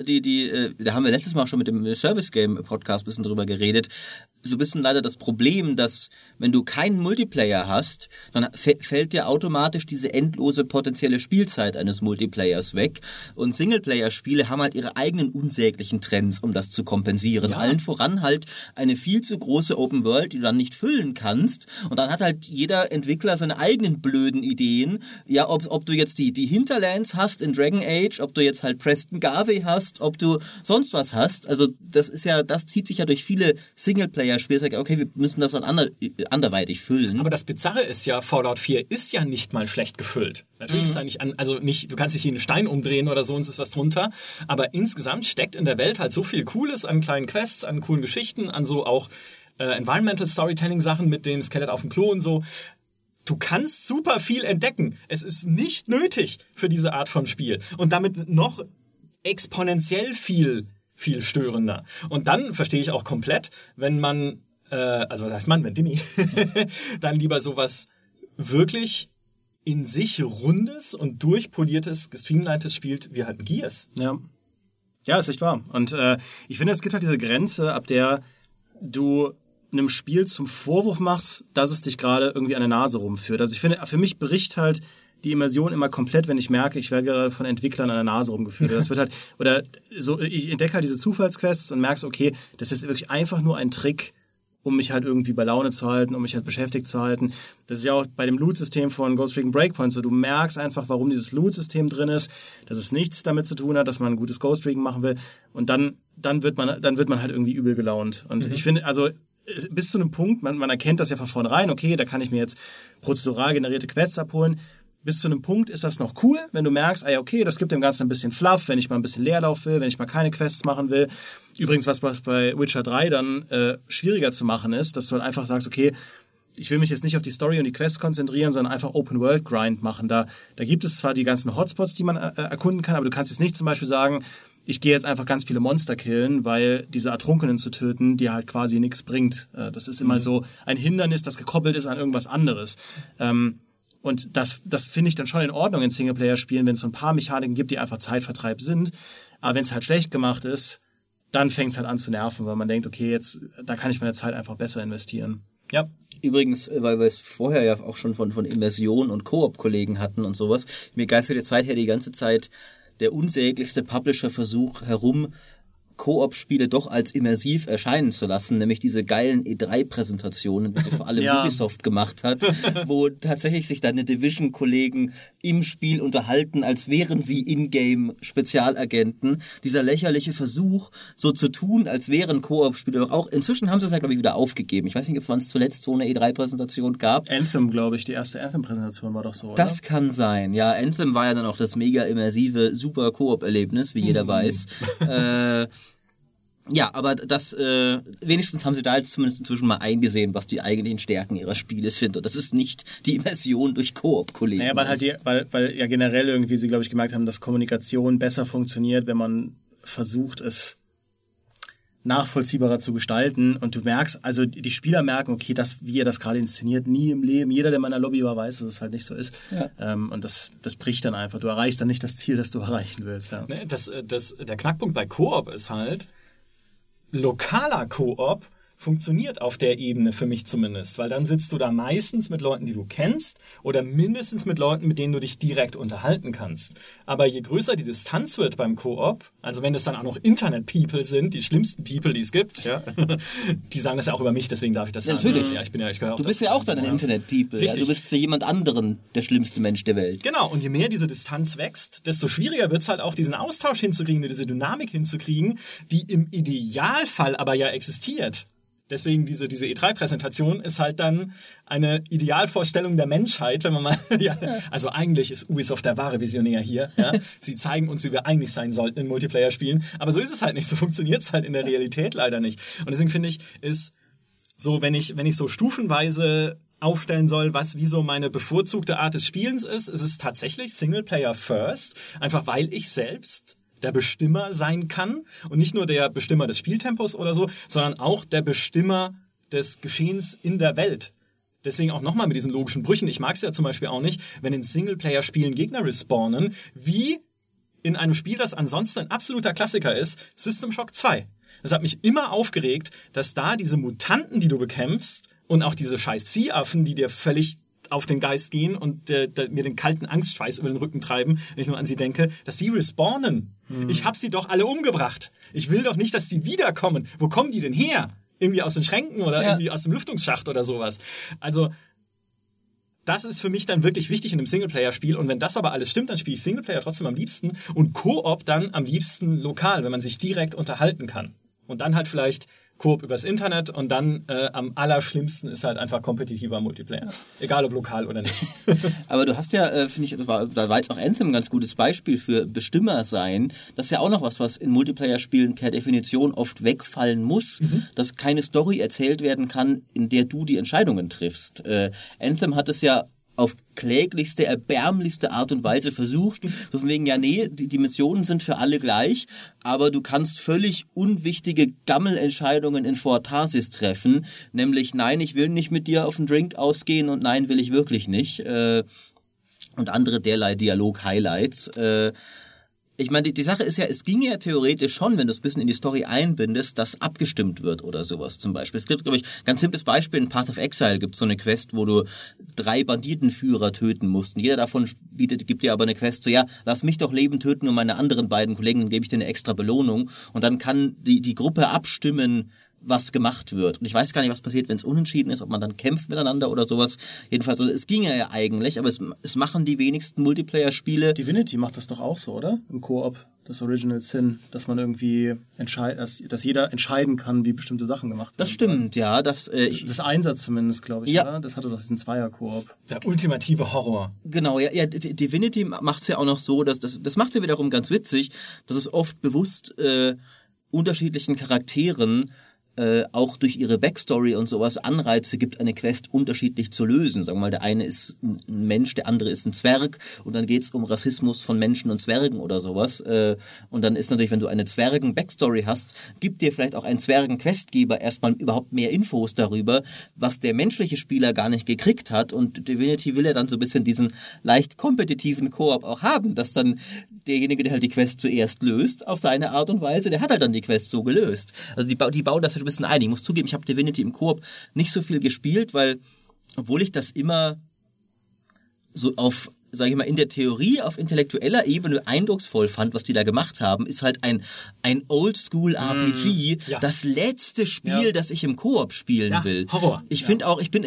da haben wir letztes Mal auch schon mit dem Service-Game-Podcast ein bisschen drüber geredet, so ein bisschen leider das Problem, dass wenn du keinen Multiplayer hast, dann fällt dir automatisch diese endlose potenzielle Spielzeit eines Multiplayers weg. Und Singleplayer-Spiele haben halt ihre eigenen unsäglichen Trends, um das zu kompensieren. Ja. Allen voran halt eine viel zu große Open World, die du dann nicht füllen kannst. Und dann hat halt jeder Entwickler seine eigenen blöden Ideen. Ja, ob du jetzt die Hinterlands hast in Dragon Age, ob du jetzt halt Preston Garvey hast, ob du sonst was hast. Also das zieht sich ja durch viele Singleplayer-Spiele. Okay, wir müssen das dann anderweitig füllen. Aber das Bizarre ist ja, Fallout 4 ist ja nicht mal schlecht gefüllt. Natürlich ist es nicht, du kannst nicht jeden Stein umdrehen oder so und es ist was drunter. Aber insgesamt steckt in der Welt halt so viel Cooles an kleinen Quests, an coolen Geschichten, an so auch Environmental Storytelling-Sachen mit dem Skelett auf dem Klo und so. Du kannst super viel entdecken. Es ist nicht nötig für diese Art von Spiel. Und damit noch exponentiell viel störender. Und dann verstehe ich auch komplett, wenn man, also was heißt man, wenn Dimi, dann lieber sowas wirklich in sich rundes und durchpoliertes, gestreamlinedes spielt, wie halt ein Gears. Ja, ist echt wahr. Und ich finde, es gibt halt diese Grenze, ab der du einem Spiel zum Vorwurf machst, dass es dich gerade irgendwie an der Nase rumführt. Also ich finde, für mich bricht halt die Immersion immer komplett, wenn ich merke, ich werde gerade von Entwicklern an der Nase rumgeführt. Das wird halt, oder so, ich entdecke halt diese Zufallsquests und merke, okay, das ist wirklich einfach nur ein Trick, um mich halt irgendwie bei Laune zu halten, um mich halt beschäftigt zu halten. Das ist ja auch bei dem Loot-System von Ghost Recon Breakpoint so. Du merkst einfach, warum dieses Loot-System drin ist, dass es nichts damit zu tun hat, dass man ein gutes Ghost Recon machen will. Und dann wird man halt irgendwie übel gelaunt. Und ich finde, also bis zu einem Punkt, man erkennt das ja von vornherein, okay, da kann ich mir jetzt prozedural generierte Quests abholen. Bis zu einem Punkt ist das noch cool, wenn du merkst, okay, das gibt dem Ganzen ein bisschen Fluff, wenn ich mal ein bisschen Leerlauf will, wenn ich mal keine Quests machen will. Übrigens, was bei Witcher 3 dann schwieriger zu machen ist, dass du halt einfach sagst, okay, ich will mich jetzt nicht auf die Story und die Quests konzentrieren, sondern einfach Open-World-Grind machen. Da gibt es zwar die ganzen Hotspots, die man erkunden kann, aber du kannst jetzt nicht zum Beispiel sagen, ich gehe jetzt einfach ganz viele Monster killen, weil diese Ertrunkenen zu töten, die halt quasi nichts bringt. Das ist immer so ein Hindernis, das gekoppelt ist an irgendwas anderes. Und das finde ich dann schon in Ordnung in Singleplayer-Spielen, wenn es so ein paar Mechaniken gibt, die einfach Zeitvertreib sind. Aber wenn es halt schlecht gemacht ist, dann fängt es halt an zu nerven, weil man denkt, okay, jetzt da kann ich meine Zeit einfach besser investieren. Ja. Übrigens, weil wir es vorher ja auch schon von Immersion und Koop-Kollegen hatten und sowas, mir geistert der Zeit her die ganze Zeit der unsäglichste Publisher-Versuch herum, Koop-Spiele doch als immersiv erscheinen zu lassen, nämlich diese geilen E3-Präsentationen, die sie vor allem Ubisoft gemacht hat, wo tatsächlich sich deine Division-Kollegen im Spiel unterhalten, als wären sie in-game Spezialagenten. Dieser lächerliche Versuch, so zu tun, als wären Koop-Spiele doch auch. Inzwischen haben sie es ja, glaube ich, wieder aufgegeben. Ich weiß nicht, ob es zuletzt so eine E3-Präsentation gab. Anthem, glaube ich, die erste Anthem-Präsentation war doch so, oder? Das kann sein, ja. Anthem war ja dann auch das mega immersive, super Koop-Erlebnis, wie jeder weiß. Ja, aber das, wenigstens haben sie da jetzt zumindest inzwischen mal eingesehen, was die eigentlichen Stärken ihrer Spiele sind. Und das ist nicht die Immersion durch Koop-Kollegen. Naja, weil ja generell irgendwie sie, glaube ich, gemerkt haben, dass Kommunikation besser funktioniert, wenn man versucht, es nachvollziehbarer zu gestalten. Und du merkst, also die Spieler merken, okay, wie ihr das gerade inszeniert, nie im Leben. Jeder, der in meiner Lobby war, weiß, dass es halt nicht so ist. Ja. Und das bricht dann einfach. Du erreichst dann nicht das Ziel, das du erreichen willst. Ja. Der Knackpunkt bei Koop ist halt, lokaler Koop funktioniert auf der Ebene für mich zumindest, weil dann sitzt du da meistens mit Leuten, die du kennst oder mindestens mit Leuten, mit denen du dich direkt unterhalten kannst. Aber je größer die Distanz wird beim Koop, also wenn es dann auch noch Internet-People sind, die schlimmsten People, die es gibt, ja, die sagen das ja auch über mich, ich darf das sagen. Natürlich. Ja, ich gehöre auch du bist ja auch dann ein Internet-People. Ja? Du bist für jemand anderen der schlimmste Mensch der Welt. Genau, und je mehr diese Distanz wächst, desto schwieriger wird es halt auch, diesen Austausch hinzukriegen, diese Dynamik hinzukriegen, die im Idealfall aber ja existiert. Deswegen diese E3-Präsentation ist halt dann eine Idealvorstellung der Menschheit, wenn man mal, also eigentlich ist Ubisoft der wahre Visionär hier, ja. Sie zeigen uns, wie wir eigentlich sein sollten in Multiplayer-Spielen, aber so ist es halt nicht, so funktioniert es halt in der Realität leider nicht. Und deswegen finde ich, ist so, wenn ich so stufenweise aufstellen soll, wie so meine bevorzugte Art des Spielens ist es tatsächlich Singleplayer first, einfach weil ich selbst der Bestimmer sein kann und nicht nur der Bestimmer des Spieltempos oder so, sondern auch der Bestimmer des Geschehens in der Welt. Deswegen auch nochmal mit diesen logischen Brüchen. Ich mag es ja zum Beispiel auch nicht, wenn in Singleplayer-Spielen Gegner respawnen, wie in einem Spiel, das ansonsten ein absoluter Klassiker ist, System Shock 2. Das hat mich immer aufgeregt, dass da diese Mutanten, die du bekämpfst und auch diese scheiß Psi-Affen, die dir völlig auf den Geist gehen und mir den kalten Angstschweiß über den Rücken treiben, wenn ich nur an sie denke, dass die respawnen. Ich hab sie doch alle umgebracht. Ich will doch nicht, dass die wiederkommen. Wo kommen die denn her? Irgendwie aus den Schränken oder irgendwie aus dem Lüftungsschacht oder sowas. Also das ist für mich dann wirklich wichtig in einem Singleplayer-Spiel. Und wenn das aber alles stimmt, dann spiele ich Singleplayer trotzdem am liebsten und Koop dann am liebsten lokal, wenn man sich direkt unterhalten kann. Und dann halt vielleicht Koop übers Internet und dann am allerschlimmsten ist halt einfach kompetitiver Multiplayer. Egal ob lokal oder nicht. Aber du hast ja, finde ich, da war jetzt auch Anthem ein ganz gutes Beispiel für Bestimmer sein. Das ist ja auch noch was in Multiplayer-Spielen per Definition oft wegfallen muss, dass keine Story erzählt werden kann, in der du die Entscheidungen triffst. Anthem hat es ja auf kläglichste, erbärmlichste Art und Weise versucht. So von wegen, die Missionen sind für alle gleich, aber du kannst völlig unwichtige Gammelentscheidungen in Fort Tarsis treffen, nämlich nein, ich will nicht mit dir auf einen Drink ausgehen und nein, will ich wirklich nicht. Und andere derlei Dialog-Highlights. Ich meine, die Sache ist ja, es ginge ja theoretisch schon, wenn du es ein bisschen in die Story einbindest, dass abgestimmt wird oder sowas zum Beispiel. Es gibt, glaube ich, ganz simples Beispiel, in Path of Exile gibt es so eine Quest, wo du 3 Banditenführer töten musst. Und jeder davon gibt dir aber eine Quest so, ja, lass mich doch Leben töten und meine anderen beiden Kollegen, dann gebe ich dir eine extra Belohnung. Und dann kann die Gruppe abstimmen, was gemacht wird. Und ich weiß gar nicht, was passiert, wenn es unentschieden ist, ob man dann kämpft miteinander oder sowas. Jedenfalls, also, es ginge ja eigentlich, aber es machen die wenigsten Multiplayer-Spiele. Divinity macht das doch auch so, oder? Im Koop, das Original Sin, dass man irgendwie dass jeder entscheiden kann, wie bestimmte Sachen gemacht werden. Das stimmt, ja. Das ist Einsatz zumindest, glaube ich, oder? Das hatte doch diesen Zweier-Koop. Der ultimative Horror. Genau, ja, Divinity macht es ja auch noch so, das macht es ja wiederum ganz witzig, dass es oft bewusst unterschiedlichen Charakteren auch durch ihre Backstory und sowas Anreize gibt, eine Quest unterschiedlich zu lösen. Sagen wir mal, der eine ist ein Mensch, der andere ist ein Zwerg und dann geht's um Rassismus von Menschen und Zwergen oder sowas. Und dann ist natürlich, wenn du eine Zwergen-Backstory hast, gibt dir vielleicht auch ein Zwergen-Questgeber erstmal überhaupt mehr Infos darüber, was der menschliche Spieler gar nicht gekriegt hat. Und Divinity will ja dann so ein bisschen diesen leicht kompetitiven Koop auch haben, dass dann derjenige, der halt die Quest zuerst löst, auf seine Art und Weise, der hat halt dann die Quest so gelöst. Also die bauen das ein bisschen ein. Ich muss zugeben, ich habe Divinity im Koop nicht so viel gespielt, weil, obwohl ich das immer so auf, sage ich mal, in der Theorie auf intellektueller Ebene eindrucksvoll fand, was die da gemacht haben, ist halt ein Oldschool-RPG, das letzte Spiel, das ich im Koop spielen will. Horror. Ich finde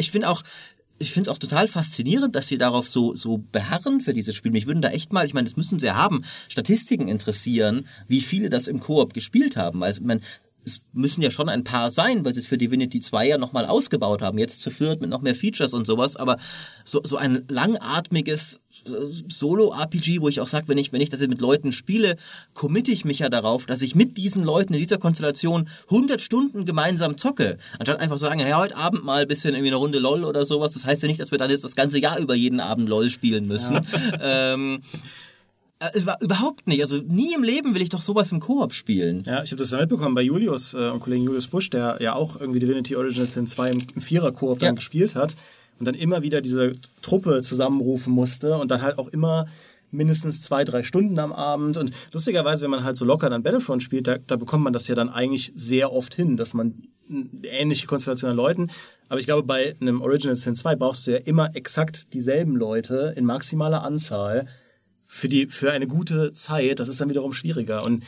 es auch total faszinierend, dass sie darauf so beharren für dieses Spiel. Mich würden da echt mal, ich meine, das müssen sie ja haben, Statistiken interessieren, wie viele das im Koop gespielt haben. Also, ich meine, es müssen ja schon ein paar sein, weil sie es für Divinity 2 ja nochmal ausgebaut haben, jetzt zu viert mit noch mehr Features und sowas, aber so ein langatmiges Solo-RPG, wo ich auch sage, wenn ich das jetzt mit Leuten spiele, committe ich mich ja darauf, dass ich mit diesen Leuten in dieser Konstellation 100 Stunden gemeinsam zocke, anstatt einfach zu sagen, ja, heute Abend mal ein bisschen irgendwie eine Runde LOL oder sowas. Das heißt ja nicht, dass wir dann jetzt das ganze Jahr über jeden Abend LOL spielen müssen. Ja. Überhaupt nicht. Also nie im Leben will ich doch sowas im Koop spielen. Ja, ich habe das ja mitbekommen bei Julius und Kollegen Julius Busch, der ja auch irgendwie Divinity Original Sin 2 im Vierer-Koop dann gespielt hat und dann immer wieder diese Truppe zusammenrufen musste und dann halt auch immer mindestens 2-3 Stunden am Abend. Und lustigerweise, wenn man halt so locker dann Battlefront spielt, da bekommt man das ja dann eigentlich sehr oft hin, dass man ähnliche Konstellation an Leuten. Aber ich glaube, bei einem Original Sin 2 brauchst du ja immer exakt dieselben Leute in maximaler Anzahl für eine gute Zeit. Das ist dann wiederum schwieriger. Und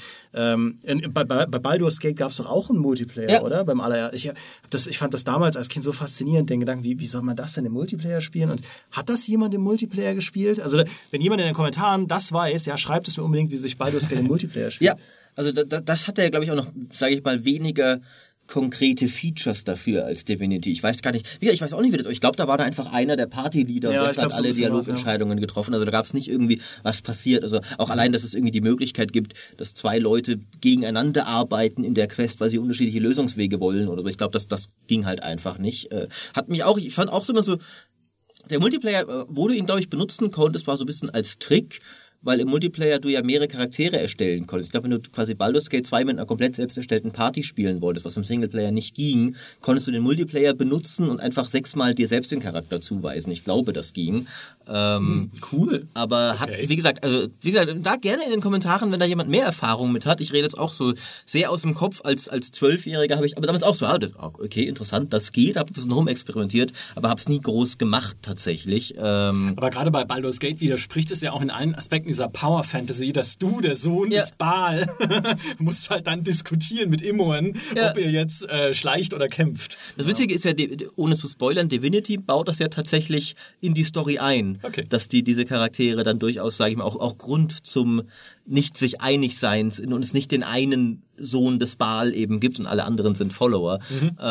bei Baldur's Gate gab es doch auch einen Multiplayer, oder? Beim allerersten. Ich fand das damals als Kind so faszinierend, den Gedanken, wie soll man das denn im Multiplayer spielen? Und hat das jemand im Multiplayer gespielt? Also wenn jemand in den Kommentaren das weiß, ja, schreibt es mir unbedingt, wie sich Baldur's Gate im Multiplayer spielt. Ja, also das hat er, glaube ich, auch noch, sage ich mal, weniger konkrete Features dafür als Divinity. Ich weiß gar nicht, ich weiß auch nicht, wie das ist. Ich glaube, da war da einfach einer der Partyleader und der hat alle Dialogentscheidungen getroffen. Also da gab es nicht irgendwie was passiert. Also auch allein, dass es irgendwie die Möglichkeit gibt, dass 2 Leute gegeneinander arbeiten in der Quest, weil sie unterschiedliche Lösungswege wollen oder so. Ich glaube, das ging halt einfach nicht. Ich fand auch immer so, der Multiplayer, wo du ihn, glaube ich, benutzen konntest, war so ein bisschen als Trick, weil im Multiplayer du ja mehrere Charaktere erstellen konntest. Ich glaube, wenn du quasi Baldur's Gate 2 mit einer komplett selbst erstellten Party spielen wolltest, was im Singleplayer nicht ging, konntest du den Multiplayer benutzen und einfach 6-mal dir selbst den Charakter zuweisen. Ich glaube, das ging. Cool. Aber wie gesagt, da gerne in den Kommentaren, wenn da jemand mehr Erfahrung mit hat. Ich rede jetzt auch so sehr aus dem Kopf. Als 12-Jähriger habe ich aber damals auch so, okay, interessant, das geht, habe ein bisschen rumexperimentiert, aber habe es nie groß gemacht tatsächlich. Aber gerade bei Baldur's Gate widerspricht es ja auch in allen Aspekten dieser Power Fantasy, dass du, der Sohn des Baal, musst halt dann diskutieren mit Imoen, ob ihr jetzt schleicht oder kämpft. Das Witzige ist ja, ohne zu spoilern, Divinity baut das ja tatsächlich in die Story ein, dass diese Charaktere dann durchaus, sage ich mal, auch Grund zum nicht sich einig Seins und es nicht den einen Sohn des Baal eben gibt und alle anderen sind Follower.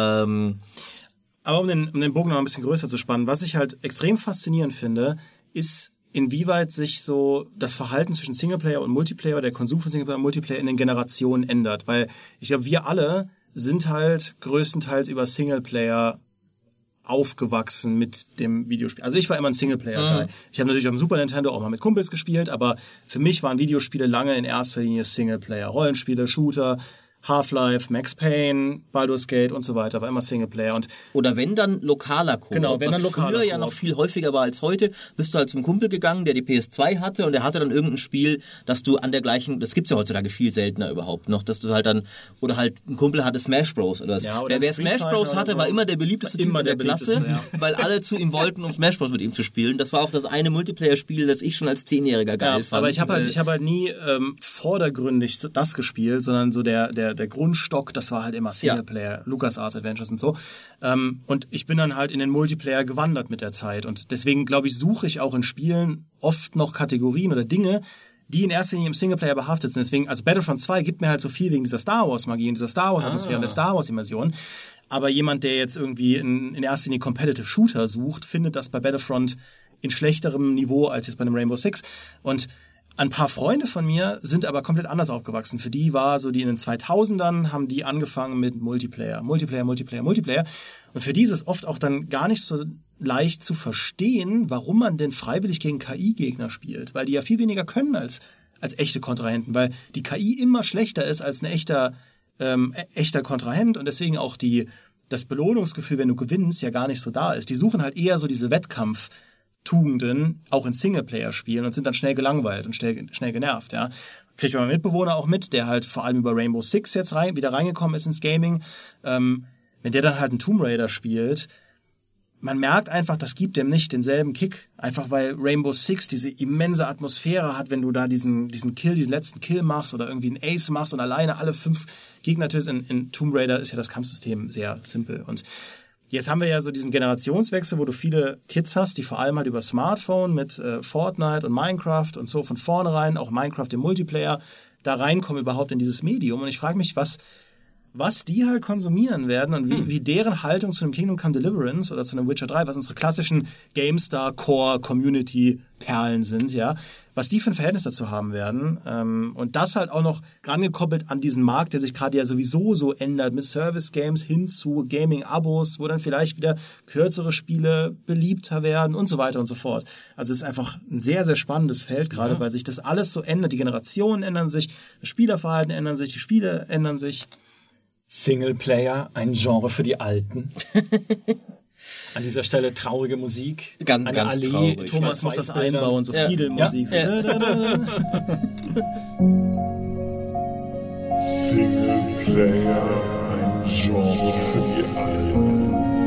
Aber um den Bogen noch ein bisschen größer zu spannen, was ich halt extrem faszinierend finde, ist, inwieweit sich so das Verhalten zwischen Singleplayer und Multiplayer, der Konsum von Singleplayer und Multiplayer in den Generationen ändert. Weil ich glaube, wir alle sind halt größtenteils über Singleplayer aufgewachsen mit dem Videospiel. Also ich war immer ein Singleplayer-Guy. Ich habe natürlich auf dem Super Nintendo auch mal mit Kumpels gespielt, aber für mich waren Videospiele lange in erster Linie Singleplayer. Rollenspiele, Shooter, Half-Life, Max Payne, Baldur's Gate und so weiter, war immer Singleplayer. Oder wenn dann lokaler Koop. Genau, wenn dann lokaler früher ja noch viel häufiger war als heute, bist du halt zum Kumpel gegangen, der die PS2 hatte und der hatte dann irgendein Spiel, dass du an der gleichen, das gibt's ja heutzutage viel seltener überhaupt noch, dass du halt dann, oder halt ein Kumpel hatte Smash Bros. Oder so. Ja, oder wer Smash Bros. Hatte, so, war immer der beliebteste Typ in der Klasse, weil alle zu ihm wollten, um Smash Bros. Mit ihm zu spielen. Das war auch das eine Multiplayer-Spiel, das ich schon als 10-Jähriger geil fand. Aber ich habe halt nie vordergründig das gespielt, sondern so der Grundstock, das war halt immer Singleplayer, LucasArts Adventures und so. Und ich bin dann halt in den Multiplayer gewandert mit der Zeit. Und deswegen, glaube ich, suche ich auch in Spielen oft noch Kategorien oder Dinge, die in erster Linie im Singleplayer behaftet sind. Deswegen, also Battlefront 2 gibt mir halt so viel wegen dieser Star Wars-Magie und dieser Star Wars-Atmosphäre und der Star Wars-Immersion. Aber jemand, der jetzt irgendwie in erster Linie Competitive Shooter sucht, findet das bei Battlefront in schlechterem Niveau als jetzt bei einem Rainbow Six. Und ein paar Freunde von mir sind aber komplett anders aufgewachsen. Für die war so, die in den 2000ern haben die angefangen mit Multiplayer. Und für die ist es oft auch dann gar nicht so leicht zu verstehen, warum man denn freiwillig gegen KI-Gegner spielt. Weil die ja viel weniger können als echte Kontrahenten. Weil die KI immer schlechter ist als ein echter Kontrahent und deswegen auch das Belohnungsgefühl, wenn du gewinnst, ja gar nicht so da ist. Die suchen halt eher so diese Tugenden auch in Singleplayer spielen und sind dann schnell gelangweilt und schnell genervt, ja. Kriegt mein Mitbewohner auch mit, der halt vor allem über Rainbow Six jetzt wieder reingekommen ist ins Gaming. Wenn der dann halt einen Tomb Raider spielt, man merkt einfach, das gibt dem nicht denselben Kick. Einfach weil Rainbow Six diese immense Atmosphäre hat, wenn du da diesen letzten Kill machst oder irgendwie einen Ace machst und alleine alle 5 Gegner tötest. In Tomb Raider ist ja das Kampfsystem sehr simpel. Und jetzt haben wir ja so diesen Generationswechsel, wo du viele Kids hast, die vor allem halt über Smartphone mit Fortnite und Minecraft und so von vornherein, auch Minecraft im Multiplayer, da reinkommen überhaupt in dieses Medium. Und ich frage mich, was die halt konsumieren werden und wie deren Haltung zu einem Kingdom Come Deliverance oder zu einem Witcher 3, was unsere klassischen GameStar-Core-Community-Perlen sind, ja, was die für ein Verhältnis dazu haben werden. Und das halt auch noch rangekoppelt an diesen Markt, der sich gerade ja sowieso so ändert, mit Service-Games hin zu Gaming-Abos, wo dann vielleicht wieder kürzere Spiele beliebter werden und so weiter und so fort. Also es ist einfach ein sehr, sehr spannendes Feld gerade, weil sich das alles so ändert. Die Generationen ändern sich, das Spielerverhalten ändert sich, die Spiele ändern sich. Singleplayer, ein Genre für die Alten. An dieser Stelle traurige Musik. Ganz, ganz Allee, traurig. Thomas muss das einbauen, so Fiedelmusik. Ja. Singleplayer, ein Genre für die Alten.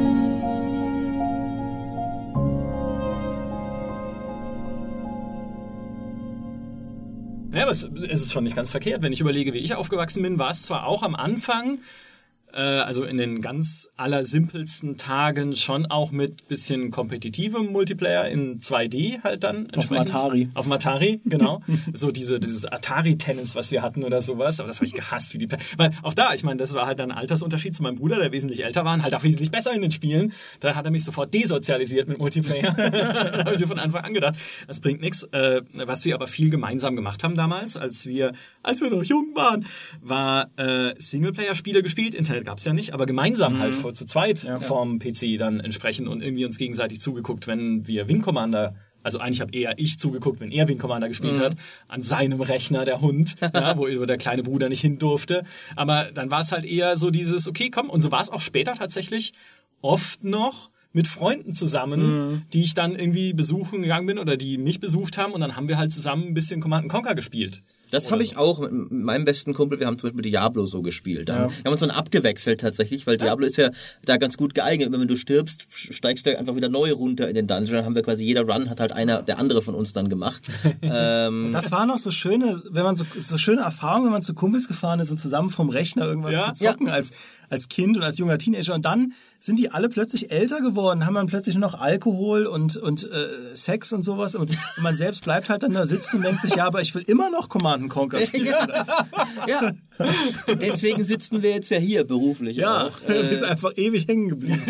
Ja, aber es ist schon nicht ganz verkehrt. Wenn ich überlege, wie ich aufgewachsen bin, war es zwar auch am Anfang, also in den ganz allersimpelsten Tagen schon auch mit bisschen kompetitivem Multiplayer in 2D halt dann. Auf dem Atari. Auf dem Atari, genau. So dieses Atari-Tennis, was wir hatten oder sowas. Aber das habe ich gehasst. Weil auch da, ich meine, das war halt ein Altersunterschied zu meinem Bruder, der wesentlich älter war und halt auch wesentlich besser in den Spielen. Da hat er mich sofort desozialisiert mit Multiplayer. Da habe ich von Anfang an gedacht, das bringt nichts. Was wir aber viel gemeinsam gemacht haben damals, als wir noch jung waren, war Singleplayer-Spiele gespielt. Internet gab's ja nicht, aber gemeinsam halt zu zweit vorm PC dann entsprechend und irgendwie uns gegenseitig zugeguckt, wenn wir Wing Commander, also eigentlich habe eher ich zugeguckt, wenn er Wing Commander gespielt hat, an seinem Rechner, der Hund, ja, wo der kleine Bruder nicht hin durfte. Aber dann war es halt eher so dieses, okay, komm, und so war es auch später tatsächlich oft noch mit Freunden zusammen, die ich dann irgendwie besuchen gegangen bin oder die mich besucht haben und dann haben wir halt zusammen ein bisschen Command & Conquer gespielt. Das habe ich auch mit meinem besten Kumpel, wir haben zum Beispiel Diablo so gespielt. Wir haben uns dann abgewechselt tatsächlich, weil Diablo ist ja da ganz gut geeignet. Immer wenn du stirbst, steigst du einfach wieder neu runter in den Dungeon. Dann haben wir quasi, jeder Run hat halt der andere von uns dann gemacht. Das war noch so schöne, wenn man so schöne Erfahrungen, wenn man zu Kumpels gefahren ist, um zusammen vom Rechner irgendwas zu zocken als Kind und als junger Teenager. Und dann sind die alle plötzlich älter geworden, haben dann plötzlich nur noch Alkohol und Sex und sowas. Und man selbst bleibt halt dann da sitzen und denkt sich, ja, aber ich will immer noch Command & Conquer spielen. Ja. Deswegen sitzen wir jetzt ja hier beruflich. Ja, auch. Du bist einfach ewig hängen geblieben.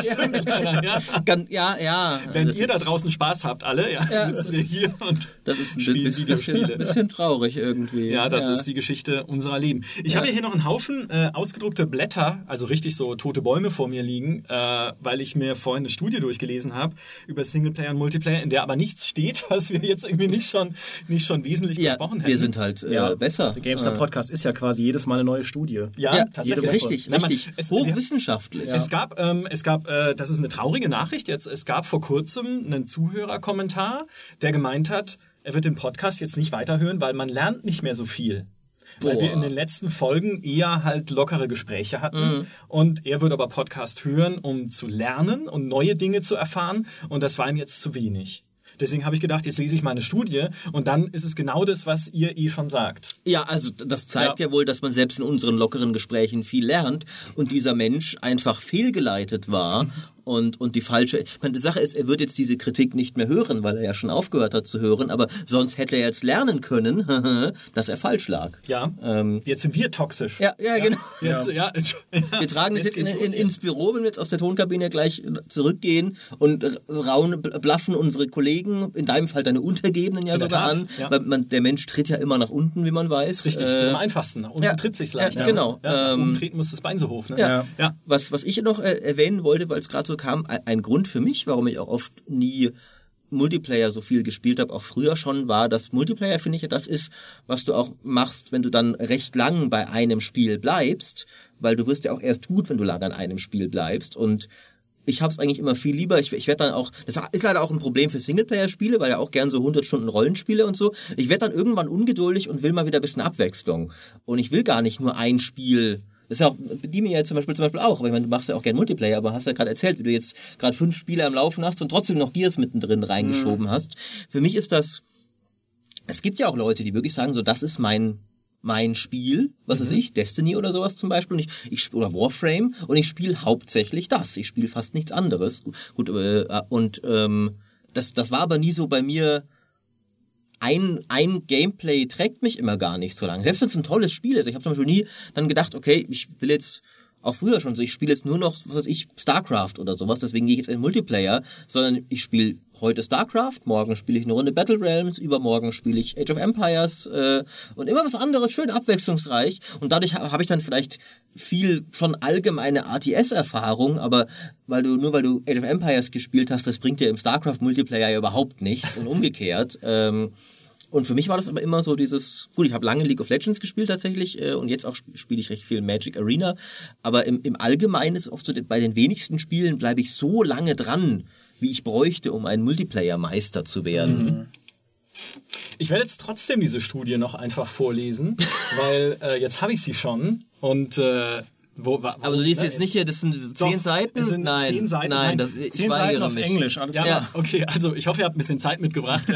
Wenn ihr da draußen Spaß habt, alle, sitzen wir hier und das ist spielen Videospiele. Ein bisschen traurig irgendwie. Ja, das ist die Geschichte unserer Leben. Ich habe hier noch einen Haufen ausgedruckte Blätter, also richtig so tote Bäume vor mir liegen, weil ich mir vorhin eine Studie durchgelesen habe über Singleplayer und Multiplayer, in der aber nichts steht, was wir jetzt irgendwie nicht schon wesentlich besprochen hätten. Wir sind halt besser. Der GameStar-Podcast ist ja quasi jedes Mal eine neue Studie. Ja, tatsächlich. Richtig. Hochwissenschaftlich. Es gab, das ist eine traurige Nachricht jetzt, es gab vor kurzem einen Zuhörerkommentar, der gemeint hat, er wird den Podcast jetzt nicht weiterhören, weil man lernt nicht mehr so viel. Weil wir in den letzten Folgen eher halt lockere Gespräche hatten. Und er würde aber Podcast hören, um zu lernen und neue Dinge zu erfahren. Und das war ihm jetzt zu wenig. Deswegen habe ich gedacht, jetzt lese ich mal eine Studie und dann ist es genau das, was ihr schon sagt. Ja, also das zeigt ja wohl, dass man selbst in unseren lockeren Gesprächen viel lernt und dieser Mensch einfach fehlgeleitet war und die falsche... Ich meine, die Sache ist, er wird jetzt diese Kritik nicht mehr hören, weil er ja schon aufgehört hat zu hören, aber sonst hätte er jetzt lernen können, dass er falsch lag. Ja, jetzt sind wir toxisch. Ja, genau. Jetzt, wir tragen das jetzt ins Büro, wenn wir jetzt aus der Tonkabine gleich zurückgehen und blaffen unsere Kollegen, in deinem Fall deine Untergebenen sogar an, weil der Mensch tritt ja immer nach unten, wie man weiß. Richtig, das ist am einfachsten. Nach unten tritt sich's leicht. Ja, genau. Nach oben treten muss das Bein so hoch. Ne? Ja. Was ich noch erwähnen wollte, weil es gerade so kam, ein Grund für mich, warum ich auch oft nie Multiplayer so viel gespielt habe, auch früher schon, war, dass Multiplayer, finde ich, das ist, was du auch machst, wenn du dann recht lang bei einem Spiel bleibst, weil du wirst ja auch erst gut, wenn du lang an einem Spiel bleibst und ich habe es eigentlich immer viel lieber. Ich werde dann auch, das ist leider auch ein Problem für Singleplayer-Spiele, weil ja auch gern so 100 Stunden Rollenspiele und so. Ich werde dann irgendwann ungeduldig und will mal wieder ein bisschen Abwechslung. Und ich will gar nicht nur ein Spiel. Das ist ja auch, die mir ja zum Beispiel auch, aber ich meine, du machst ja auch gern Multiplayer, aber hast ja gerade erzählt, wie du jetzt gerade 5 Spiele am Laufen hast und trotzdem noch Gears mittendrin reingeschoben hast. Für mich ist das, es gibt ja auch Leute, die wirklich sagen, so, das ist mein Spiel, was weiß ich, Destiny oder sowas zum Beispiel, und ich oder Warframe, und ich spiele hauptsächlich das. Ich spiele fast nichts anderes. Gut, das war aber nie so bei mir. Ein Gameplay trägt mich immer gar nicht so lange. Selbst wenn es ein tolles Spiel ist. Ich habe zum Beispiel nie dann gedacht, okay, ich will jetzt auch früher schon so, ich spiele jetzt nur noch, was weiß ich, StarCraft oder sowas, deswegen gehe ich jetzt in den Multiplayer, sondern ich spiele heute StarCraft, morgen spiele ich eine Runde Battle Realms, übermorgen spiele ich Age of Empires und immer was anderes, schön abwechslungsreich, und dadurch habe ich dann vielleicht viel schon allgemeine RTS-Erfahrung, aber weil du Age of Empires gespielt hast, das bringt dir im StarCraft-Multiplayer ja überhaupt nichts und umgekehrt. Und für mich war das aber immer so dieses, gut, ich habe lange League of Legends gespielt tatsächlich und jetzt auch spiele ich recht viel Magic Arena, aber im Allgemeinen ist oft so, bei den wenigsten Spielen bleibe ich so lange dran, wie ich bräuchte, um ein Multiplayer-Meister zu werden. Ich werde jetzt trotzdem diese Studie noch einfach vorlesen, weil jetzt habe ich sie schon und aber du liest jetzt nicht hier, das sind 10 Seiten? Es sind Nein, 10 Seiten. Nein, 10 Seiten auf Englisch, alles klar. Ja, okay, also ich hoffe, ihr habt ein bisschen Zeit mitgebracht.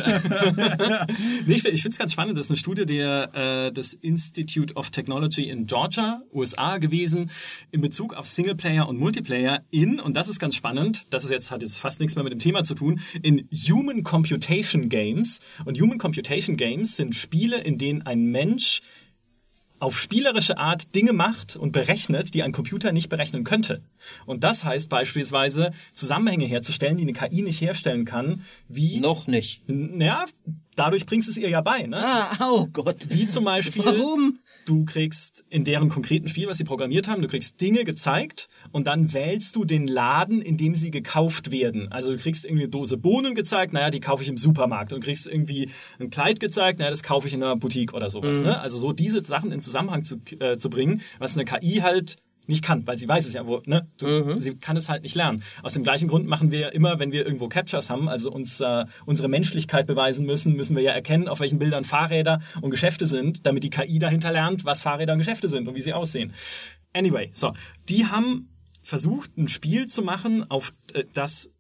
Nee, ich finde es ganz spannend, das ist eine Studie des Institute of Technology in Georgia, USA gewesen, in Bezug auf Singleplayer und Multiplayer und das ist ganz spannend, hat jetzt fast nichts mehr mit dem Thema zu tun, in Human Computation Games. Und Human Computation Games sind Spiele, in denen ein Mensch auf spielerische Art Dinge macht und berechnet, die ein Computer nicht berechnen könnte. Und das heißt beispielsweise, Zusammenhänge herzustellen, die eine KI nicht herstellen kann, wie... Noch nicht. Naja, dadurch bringst du es ihr ja bei, ne? Oh Gott. Wie zum Beispiel... Warum? Du kriegst in deren konkreten Spiel, was sie programmiert haben, du kriegst Dinge gezeigt und dann wählst du den Laden, in dem sie gekauft werden. Also du kriegst irgendwie eine Dose Bohnen gezeigt, naja, die kaufe ich im Supermarkt. Und kriegst irgendwie ein Kleid gezeigt, naja, das kaufe ich in einer Boutique oder sowas. Ne? Also so diese Sachen in Zusammenhang zu bringen, was eine KI halt nicht kann, weil sie weiß es ja, sie kann es halt nicht lernen. Aus dem gleichen Grund machen wir ja immer, wenn wir irgendwo Captures haben, also unsere Menschlichkeit beweisen müssen wir ja erkennen, auf welchen Bildern Fahrräder und Geschäfte sind, damit die KI dahinter lernt, was Fahrräder und Geschäfte sind und wie sie aussehen. Anyway, die haben versucht, ein Spiel zu machen, auf das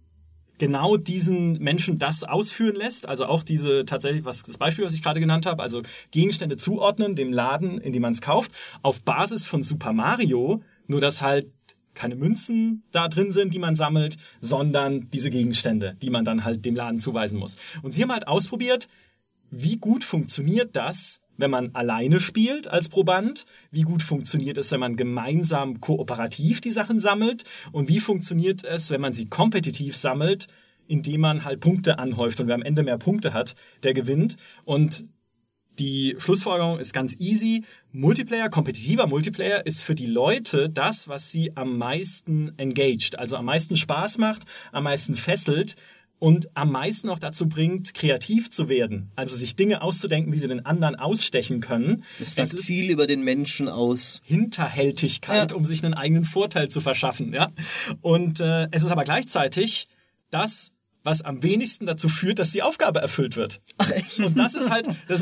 genau diesen Menschen das ausführen lässt, also auch das Beispiel, was ich gerade genannt habe, also Gegenstände zuordnen, dem Laden, in dem man es kauft, auf Basis von Super Mario, nur dass halt keine Münzen da drin sind, die man sammelt, sondern diese Gegenstände, die man dann halt dem Laden zuweisen muss. Und sie haben halt ausprobiert, wie gut funktioniert das, wenn man alleine spielt als Proband, wie gut funktioniert es, wenn man gemeinsam kooperativ die Sachen sammelt und wie funktioniert es, wenn man sie kompetitiv sammelt, indem man halt Punkte anhäuft und wer am Ende mehr Punkte hat, der gewinnt. Und die Schlussfolgerung ist ganz easy. Kompetitiver Multiplayer ist für die Leute das, was sie am meisten engaged, also am meisten Spaß macht, am meisten fesselt, und am meisten auch dazu bringt, kreativ zu werden. Also sich Dinge auszudenken, wie sie den anderen ausstechen können. Das sagt viel über den Menschen aus. Hinterhältigkeit, um sich einen eigenen Vorteil zu verschaffen. Ja? Und es ist aber gleichzeitig das, was am wenigsten dazu führt, dass die Aufgabe erfüllt wird. Ach echt? Und das ist ein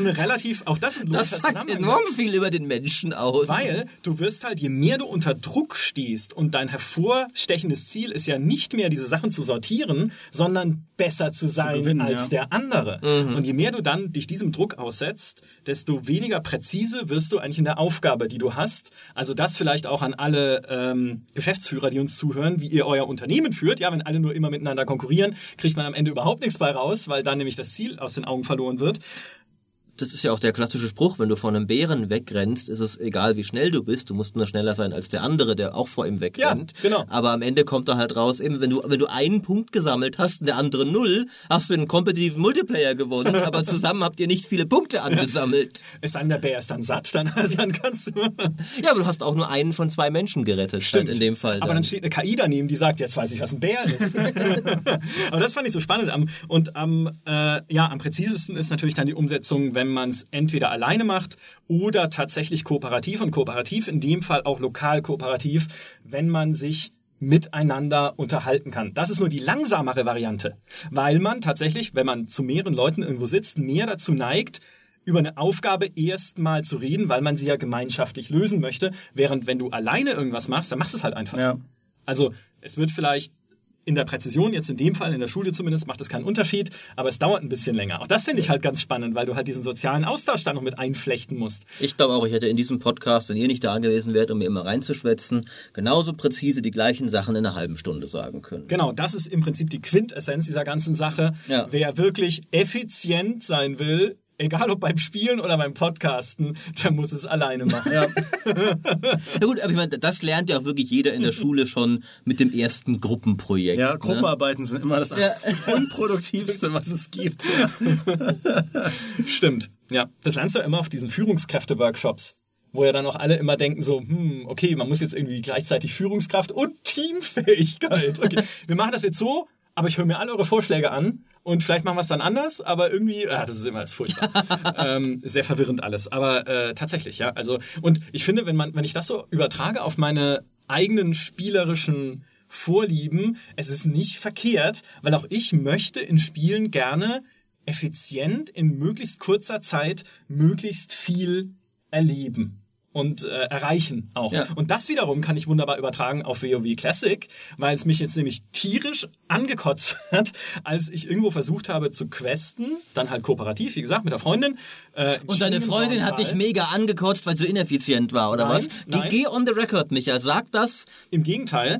Das sagt enorm viel über den Menschen aus. Weil du wirst halt, je mehr du unter Druck stehst und dein hervorstechendes Ziel ist ja nicht mehr, diese Sachen zu sortieren, sondern besser zu sein als der andere. Und je mehr du dann dich diesem Druck aussetzt, desto weniger präzise wirst du eigentlich in der Aufgabe, die du hast. Also das vielleicht auch an alle Geschäftsführer, die uns zuhören, wie ihr euer Unternehmen führt. Ja, wenn alle nur immer miteinander konkurrieren, kriegt man am Ende überhaupt nichts bei raus, weil dann nämlich das Ziel aus den Augen verloren wird. Das ist ja auch der klassische Spruch, wenn du vor einem Bären wegrennst, ist es egal, wie schnell du bist, du musst nur schneller sein als der andere, der auch vor ihm wegrennt. Ja, genau. Aber am Ende kommt da halt raus, eben wenn du einen Punkt gesammelt hast und der andere 0, hast du einen kompetitiven Multiplayer gewonnen, aber zusammen habt ihr nicht viele Punkte angesammelt. Es sei denn, der Bär ist dann satt, dann kannst du... Ja, aber du hast auch nur einen von 2 Menschen gerettet. Stimmt. Halt in dem Fall. Aber dann steht eine KI daneben, die sagt, jetzt weiß ich, was ein Bär ist. Aber das fand ich so spannend. Am präzisesten ist natürlich dann die Umsetzung, wenn man es entweder alleine macht oder tatsächlich kooperativ. Und kooperativ in dem Fall auch lokal kooperativ, wenn man sich miteinander unterhalten kann. Das ist nur die langsamere Variante, weil man tatsächlich, wenn man zu mehreren Leuten irgendwo sitzt, mehr dazu neigt, über eine Aufgabe erst mal zu reden, weil man sie ja gemeinschaftlich lösen möchte, während wenn du alleine irgendwas machst, dann machst du es halt einfach. Ja. Also es wird vielleicht in der Präzision, jetzt in dem Fall, in der Schule zumindest, macht das keinen Unterschied, aber es dauert ein bisschen länger. Auch das finde ich halt ganz spannend, weil du halt diesen sozialen Austausch dann noch mit einflechten musst. Ich glaube auch, ich hätte in diesem Podcast, wenn ihr nicht da gewesen wärt, um mir immer reinzuschwätzen, genauso präzise die gleichen Sachen in einer halben Stunde sagen können. Genau, das ist im Prinzip die Quintessenz dieser ganzen Sache. Ja. Wer wirklich effizient sein will, egal ob beim Spielen oder beim Podcasten, der muss es alleine machen. Ja. Ja gut, aber ich meine, das lernt ja auch wirklich jeder in der Schule schon mit dem ersten Gruppenprojekt. Ja, Gruppenarbeiten sind immer das unproduktivste, was es gibt. Ja. Stimmt, ja. Das lernst du ja immer auf diesen Führungskräfte-Workshops, wo ja dann auch alle immer denken so, okay, man muss jetzt irgendwie gleichzeitig Führungskraft und Teamfähigkeit. Okay, wir machen das jetzt so, aber ich höre mir alle eure Vorschläge an und vielleicht machen wir es dann anders, aber irgendwie, das ist immer das furchtbar. Sehr verwirrend alles, aber tatsächlich, ja. Also, und ich finde, wenn ich das so übertrage auf meine eigenen spielerischen Vorlieben, es ist nicht verkehrt, weil auch ich möchte in Spielen gerne effizient in möglichst kurzer Zeit möglichst viel erleben und erreichen auch. Ja. Und das wiederum kann ich wunderbar übertragen auf WoW Classic, weil es mich jetzt nämlich tierisch angekotzt hat, als ich irgendwo versucht habe zu questen, dann halt kooperativ, wie gesagt, mit der Freundin. Und deine Freundin hat dich mega angekotzt, weil sie ineffizient war, oder Nein, was? Geh on the record, Micha, sag das. Im Gegenteil.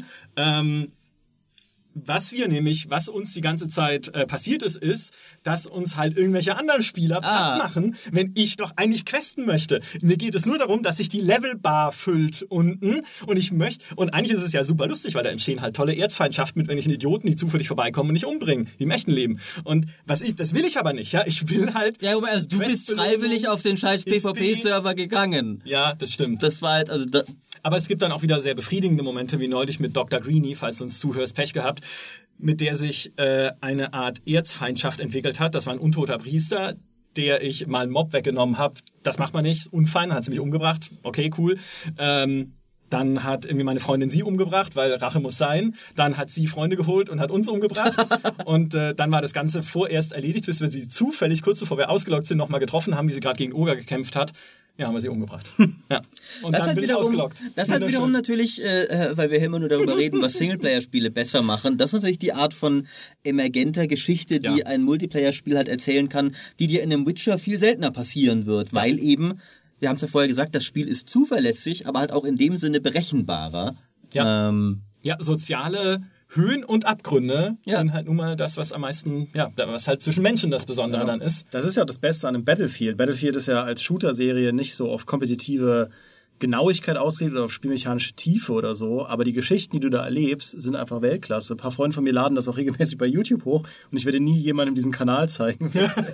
Was uns die ganze Zeit passiert ist, dass uns halt irgendwelche anderen Spieler platt machen, wenn ich doch eigentlich questen möchte. Mir geht es nur darum, dass sich die Levelbar füllt unten und eigentlich ist es ja super lustig, weil da entstehen halt tolle Erzfeindschaften mit irgendwelchen Idioten, die zufällig vorbeikommen und nicht umbringen, wie im echten Leben. Und das will ich aber nicht, ja. Ich will halt... Ja, aber also du bist freiwillig auf den scheiß PvP-Server gegangen. Ja, das stimmt. Das war halt, aber es gibt dann auch wieder sehr befriedigende Momente, wie neulich mit Dr. Greenie, falls du uns zuhörst, Pech gehabt, mit der sich eine Art Erzfeindschaft entwickelt hat. Das war ein untoter Priester, der ich mal einen Mob weggenommen habe. Das macht man nicht, unfein, hat sie mich umgebracht. Okay, cool. Dann hat irgendwie meine Freundin sie umgebracht, weil Rache muss sein. Dann hat sie Freunde geholt und hat uns umgebracht. Und dann war das Ganze vorerst erledigt, bis wir sie zufällig, kurz bevor wir ausgeloggt sind, nochmal getroffen haben, wie sie gerade gegen Oger gekämpft hat. Ja, haben wir sie umgebracht. Ja. Und das dann bin ich ausgeloggt. Das hat wiederum natürlich, weil wir immer nur darüber reden, was Singleplayer-Spiele besser machen, das ist natürlich die Art von emergenter Geschichte, die ein Multiplayer-Spiel halt erzählen kann, die dir in einem Witcher viel seltener passieren wird, weil eben, wir haben es ja vorher gesagt, das Spiel ist zuverlässig, aber halt auch in dem Sinne berechenbarer. Ja, soziale Höhen und Abgründe sind halt nun mal das, was am meisten, was halt zwischen Menschen das Besondere dann ist. Das ist ja das Beste an einem Battlefield. Battlefield ist ja als Shooter-Serie nicht so auf kompetitive Genauigkeit ausgelegt oder auf spielmechanische Tiefe oder so, aber die Geschichten, die du da erlebst, sind einfach Weltklasse. Ein paar Freunde von mir laden das auch regelmäßig bei YouTube hoch und ich werde nie jemandem diesen Kanal zeigen.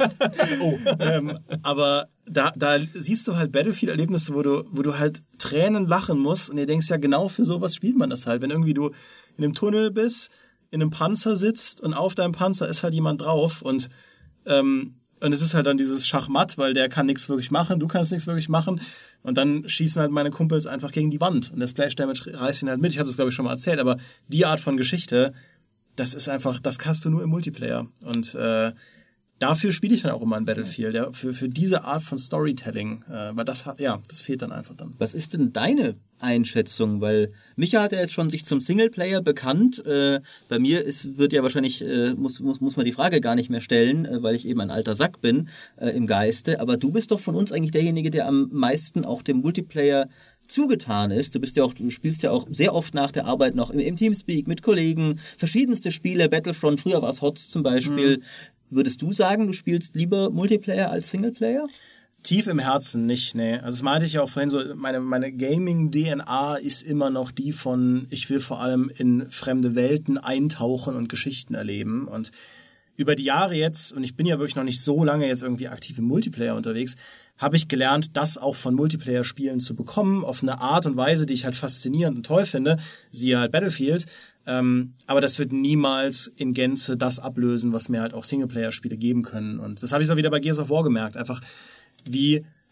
Aber da siehst du halt Battlefield-Erlebnisse, wo du halt Tränen lachen musst und dir denkst, ja genau für sowas spielt man das halt. Wenn irgendwie du in einem Tunnel bist, in einem Panzer sitzt und auf deinem Panzer ist halt jemand drauf und es ist halt dann dieses Schachmatt, weil der kann nichts wirklich machen, du kannst nichts wirklich machen. Und dann schießen halt meine Kumpels einfach gegen die Wand. Und der Splash Damage reißt ihn halt mit. Ich habe das, glaube ich, schon mal erzählt. Aber die Art von Geschichte, das ist einfach, das kannst du nur im Multiplayer. Und dafür spiele ich dann auch immer ein Battlefield. Ja, für diese Art von Storytelling. Weil das fehlt dann einfach dann. Was ist denn deine Einschätzung? Weil Micha hat ja jetzt schon sich zum Singleplayer bekannt. Bei mir wird ja wahrscheinlich, muss man die Frage gar nicht mehr stellen, weil ich eben ein alter Sack bin im Geiste. Aber du bist doch von uns eigentlich derjenige, der am meisten auch dem Multiplayer zugetan ist. Du spielst ja auch sehr oft nach der Arbeit noch im Teamspeak mit Kollegen, verschiedenste Spiele, Battlefront, früher war es HOTS zum Beispiel. Würdest du sagen, du spielst lieber Multiplayer als Singleplayer? Tief im Herzen nicht, nee. Also das meinte ich ja auch vorhin so, meine Gaming-DNA ist immer noch die von, ich will vor allem in fremde Welten eintauchen und Geschichten erleben. Und über die Jahre jetzt, und ich bin ja wirklich noch nicht so lange jetzt irgendwie aktiv im Multiplayer unterwegs, habe ich gelernt, das auch von Multiplayer-Spielen zu bekommen, auf eine Art und Weise, die ich halt faszinierend und toll finde, siehe halt Battlefield. Aber das wird niemals in Gänze das ablösen, was mir halt auch Singleplayer-Spiele geben können. Und das habe ich auch wieder bei Gears of War gemerkt. Einfach wie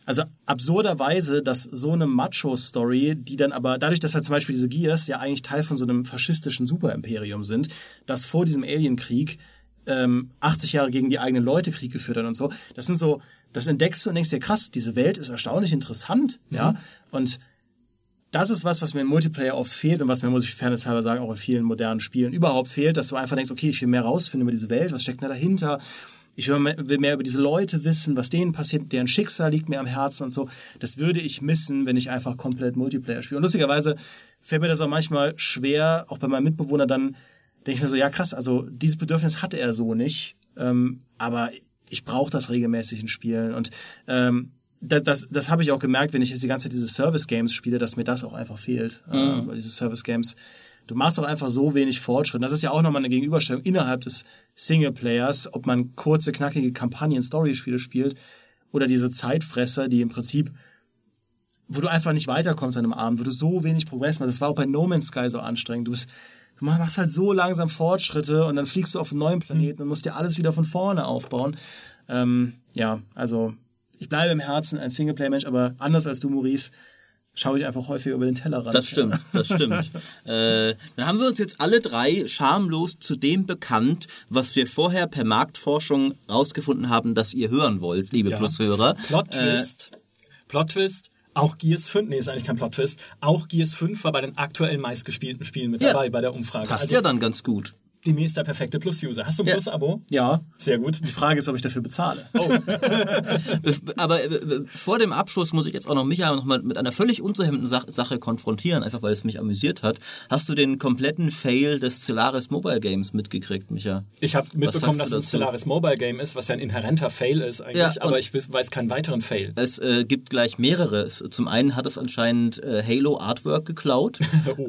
Also absurderweise, dass so eine Macho-Story, die dann aber, dadurch, dass halt zum Beispiel diese Gears ja eigentlich Teil von so einem faschistischen Superimperium sind, das vor diesem Alienkrieg 80 Jahre gegen die eigenen Leute Krieg geführt hat und so, das entdeckst du und denkst dir, krass, diese Welt ist erstaunlich interessant, ja, und das ist was mir im Multiplayer oft fehlt und was mir, muss ich fairnesshalber sagen, auch in vielen modernen Spielen überhaupt fehlt, dass du einfach denkst, okay, ich will mehr rausfinden über diese Welt, was steckt da dahinter, ich will mehr über diese Leute wissen, was denen passiert, deren Schicksal liegt mir am Herzen und so. Das würde ich missen, wenn ich einfach komplett Multiplayer spiele. Und lustigerweise fällt mir das auch manchmal schwer, auch bei meinem Mitbewohner dann, denke ich mir so, ja krass, also dieses Bedürfnis hatte er so nicht, aber ich brauche das regelmäßig in Spielen. Und das habe ich auch gemerkt, wenn ich jetzt die ganze Zeit diese Service-Games spiele, dass mir das auch einfach fehlt. Weil diese Service-Games, du machst auch einfach so wenig Fortschritt. Das ist ja auch nochmal eine Gegenüberstellung innerhalb des Singleplayers, ob man kurze, knackige Kampagnen-Story-Spiele spielt oder diese Zeitfresser, die im Prinzip, wo du einfach nicht weiterkommst an einem Abend, wo du so wenig Progress machst. Das war auch bei No Man's Sky so anstrengend. Du machst halt so langsam Fortschritte und dann fliegst du auf einen neuen Planeten und musst dir alles wieder von vorne aufbauen. Ja, also ich bleibe im Herzen ein Singleplayer-Mensch, aber anders als du, Maurice, schaue ich einfach häufig über den Tellerrand. Das stimmt. Dann haben wir uns jetzt alle drei schamlos zu dem bekannt, was wir vorher per Marktforschung rausgefunden haben, dass ihr hören wollt, liebe Plushörer. Plot-Twist. Auch Gears 5, nee, ist eigentlich kein Plot-Twist, auch Gears 5 war bei den aktuell meistgespielten Spielen mit dabei bei der Umfrage. Passt also, ja dann ganz gut. Demnächst der perfekte Plus-User. Hast du ein Plus-Abo? Ja. Sehr gut. Die Frage ist, ob ich dafür bezahle. Oh. Aber vor dem Abschluss muss ich jetzt auch noch Micha noch mal mit einer völlig unzuhemmenden Sache konfrontieren, einfach weil es mich amüsiert hat. Hast du den kompletten Fail des Stellaris Mobile Games mitgekriegt, Micha? Ich habe mitbekommen, dass es ein Stellaris Mobile Game ist, was ja ein inhärenter Fail ist eigentlich, aber ich weiß keinen weiteren Fail. Es gibt gleich mehrere. Zum einen hat es anscheinend Halo Artwork geklaut.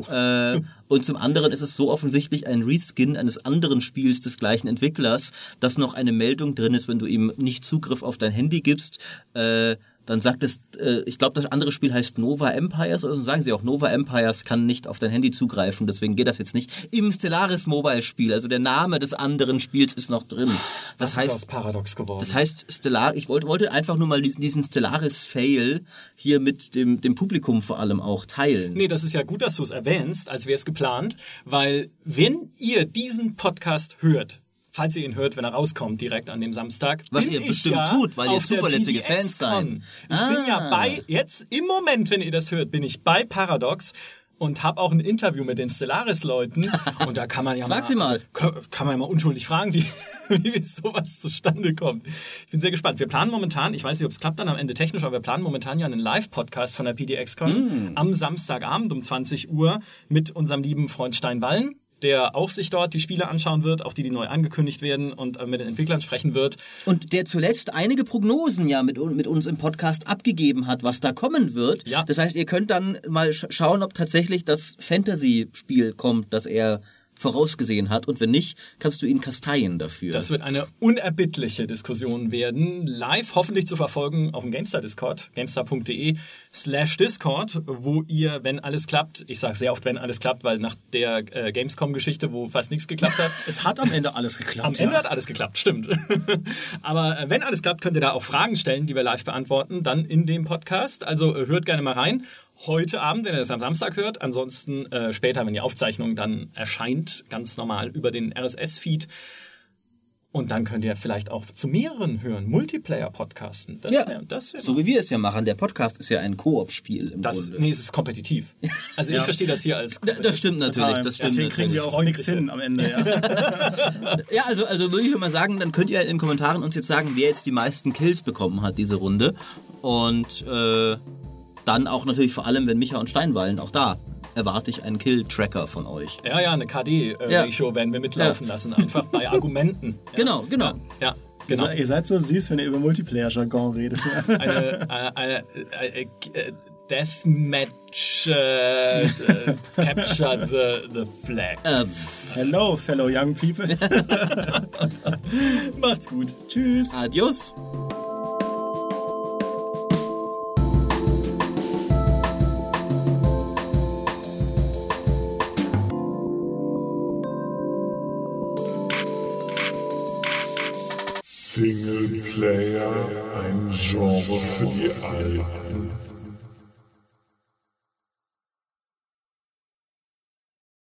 Und zum anderen ist es so offensichtlich ein Reskin eines anderen Spiels des gleichen Entwicklers, dass noch eine Meldung drin ist, wenn du ihm nicht Zugriff auf dein Handy gibst, dann sagt es, ich glaube, das andere Spiel heißt Nova Empires, also sagen sie auch, Nova Empires kann nicht auf dein Handy zugreifen, deswegen geht das jetzt nicht im Stellaris Mobile Spiel, also der Name des anderen Spiels ist noch drin. Das heißt, ist aus Paradox geworden. Das heißt, ich wollte einfach nur mal diesen Stellaris-Fail hier mit dem Publikum vor allem auch teilen. Nee, das ist ja gut, dass du es erwähnst, als wäre es geplant, weil wenn ihr diesen Podcast hört, falls ihr ihn hört, wenn er rauskommt, direkt an dem Samstag. Was ihr bestimmt tut, weil ihr zuverlässige Fans seid. Ich bin ja jetzt im Moment, wenn ihr das hört, bin ich bei Paradox und habe auch ein Interview mit den Stellaris-Leuten. Und da kann man ja kann man ja mal unschuldig fragen, wie sowas zustande kommt. Ich bin sehr gespannt. Wir planen momentan, ich weiß nicht, ob es klappt dann am Ende technisch, aber wir planen momentan ja einen Live-Podcast von der PDX-Con am Samstagabend um 20 Uhr mit unserem lieben Freund Steinwallen, der auch sich dort die Spiele anschauen wird, auch die neu angekündigt werden und mit den Entwicklern sprechen wird. Und der zuletzt einige Prognosen ja mit uns im Podcast abgegeben hat, was da kommen wird. Ja. Das heißt, ihr könnt dann mal schauen, ob tatsächlich das Fantasy-Spiel kommt, das er vorausgesehen hat, und wenn nicht, kannst du ihn kasteien dafür. Das wird eine unerbittliche Diskussion werden, live hoffentlich zu verfolgen auf dem GameStar-Discord, gamestar.de/Discord, wo ihr, wenn alles klappt, ich sage sehr oft, wenn alles klappt, weil nach der Gamescom-Geschichte, wo fast nichts geklappt hat. Es hat am Ende alles geklappt. Am Ende hat alles geklappt, stimmt. Aber wenn alles klappt, könnt ihr da auch Fragen stellen, die wir live beantworten, dann in dem Podcast. Also hört gerne mal rein. Heute Abend, wenn ihr das am Samstag hört, ansonsten später, wenn die Aufzeichnung dann erscheint, ganz normal über den RSS-Feed. Und dann könnt ihr vielleicht auch zu mehreren hören, Multiplayer-Podcasten. Das wär so wie wir es ja machen. Der Podcast ist ja ein Koop-Spiel im Grunde. Nee, es ist kompetitiv. Also ich verstehe das hier als... Das stimmt natürlich. Deswegen kriegen wir auch nichts hin am Ende. Ja, ja, also würde ich mal sagen, dann könnt ihr in den Kommentaren uns jetzt sagen, wer jetzt die meisten Kills bekommen hat, diese Runde. Und dann auch natürlich vor allem, wenn Micha und Steinwallen, auch da erwarte ich einen Kill-Tracker von euch. Ja, eine KD-Ratio werden wir mitlaufen lassen, einfach bei Argumenten. Ja. Genau. Ja, genau. Ihr seid so süß, wenn ihr über Multiplayer-Jargon redet. Eine Deathmatch capture the flag. Hello, fellow young people. Macht's gut. Tschüss. Adios. Singleplayer, ein Genre für die Alten.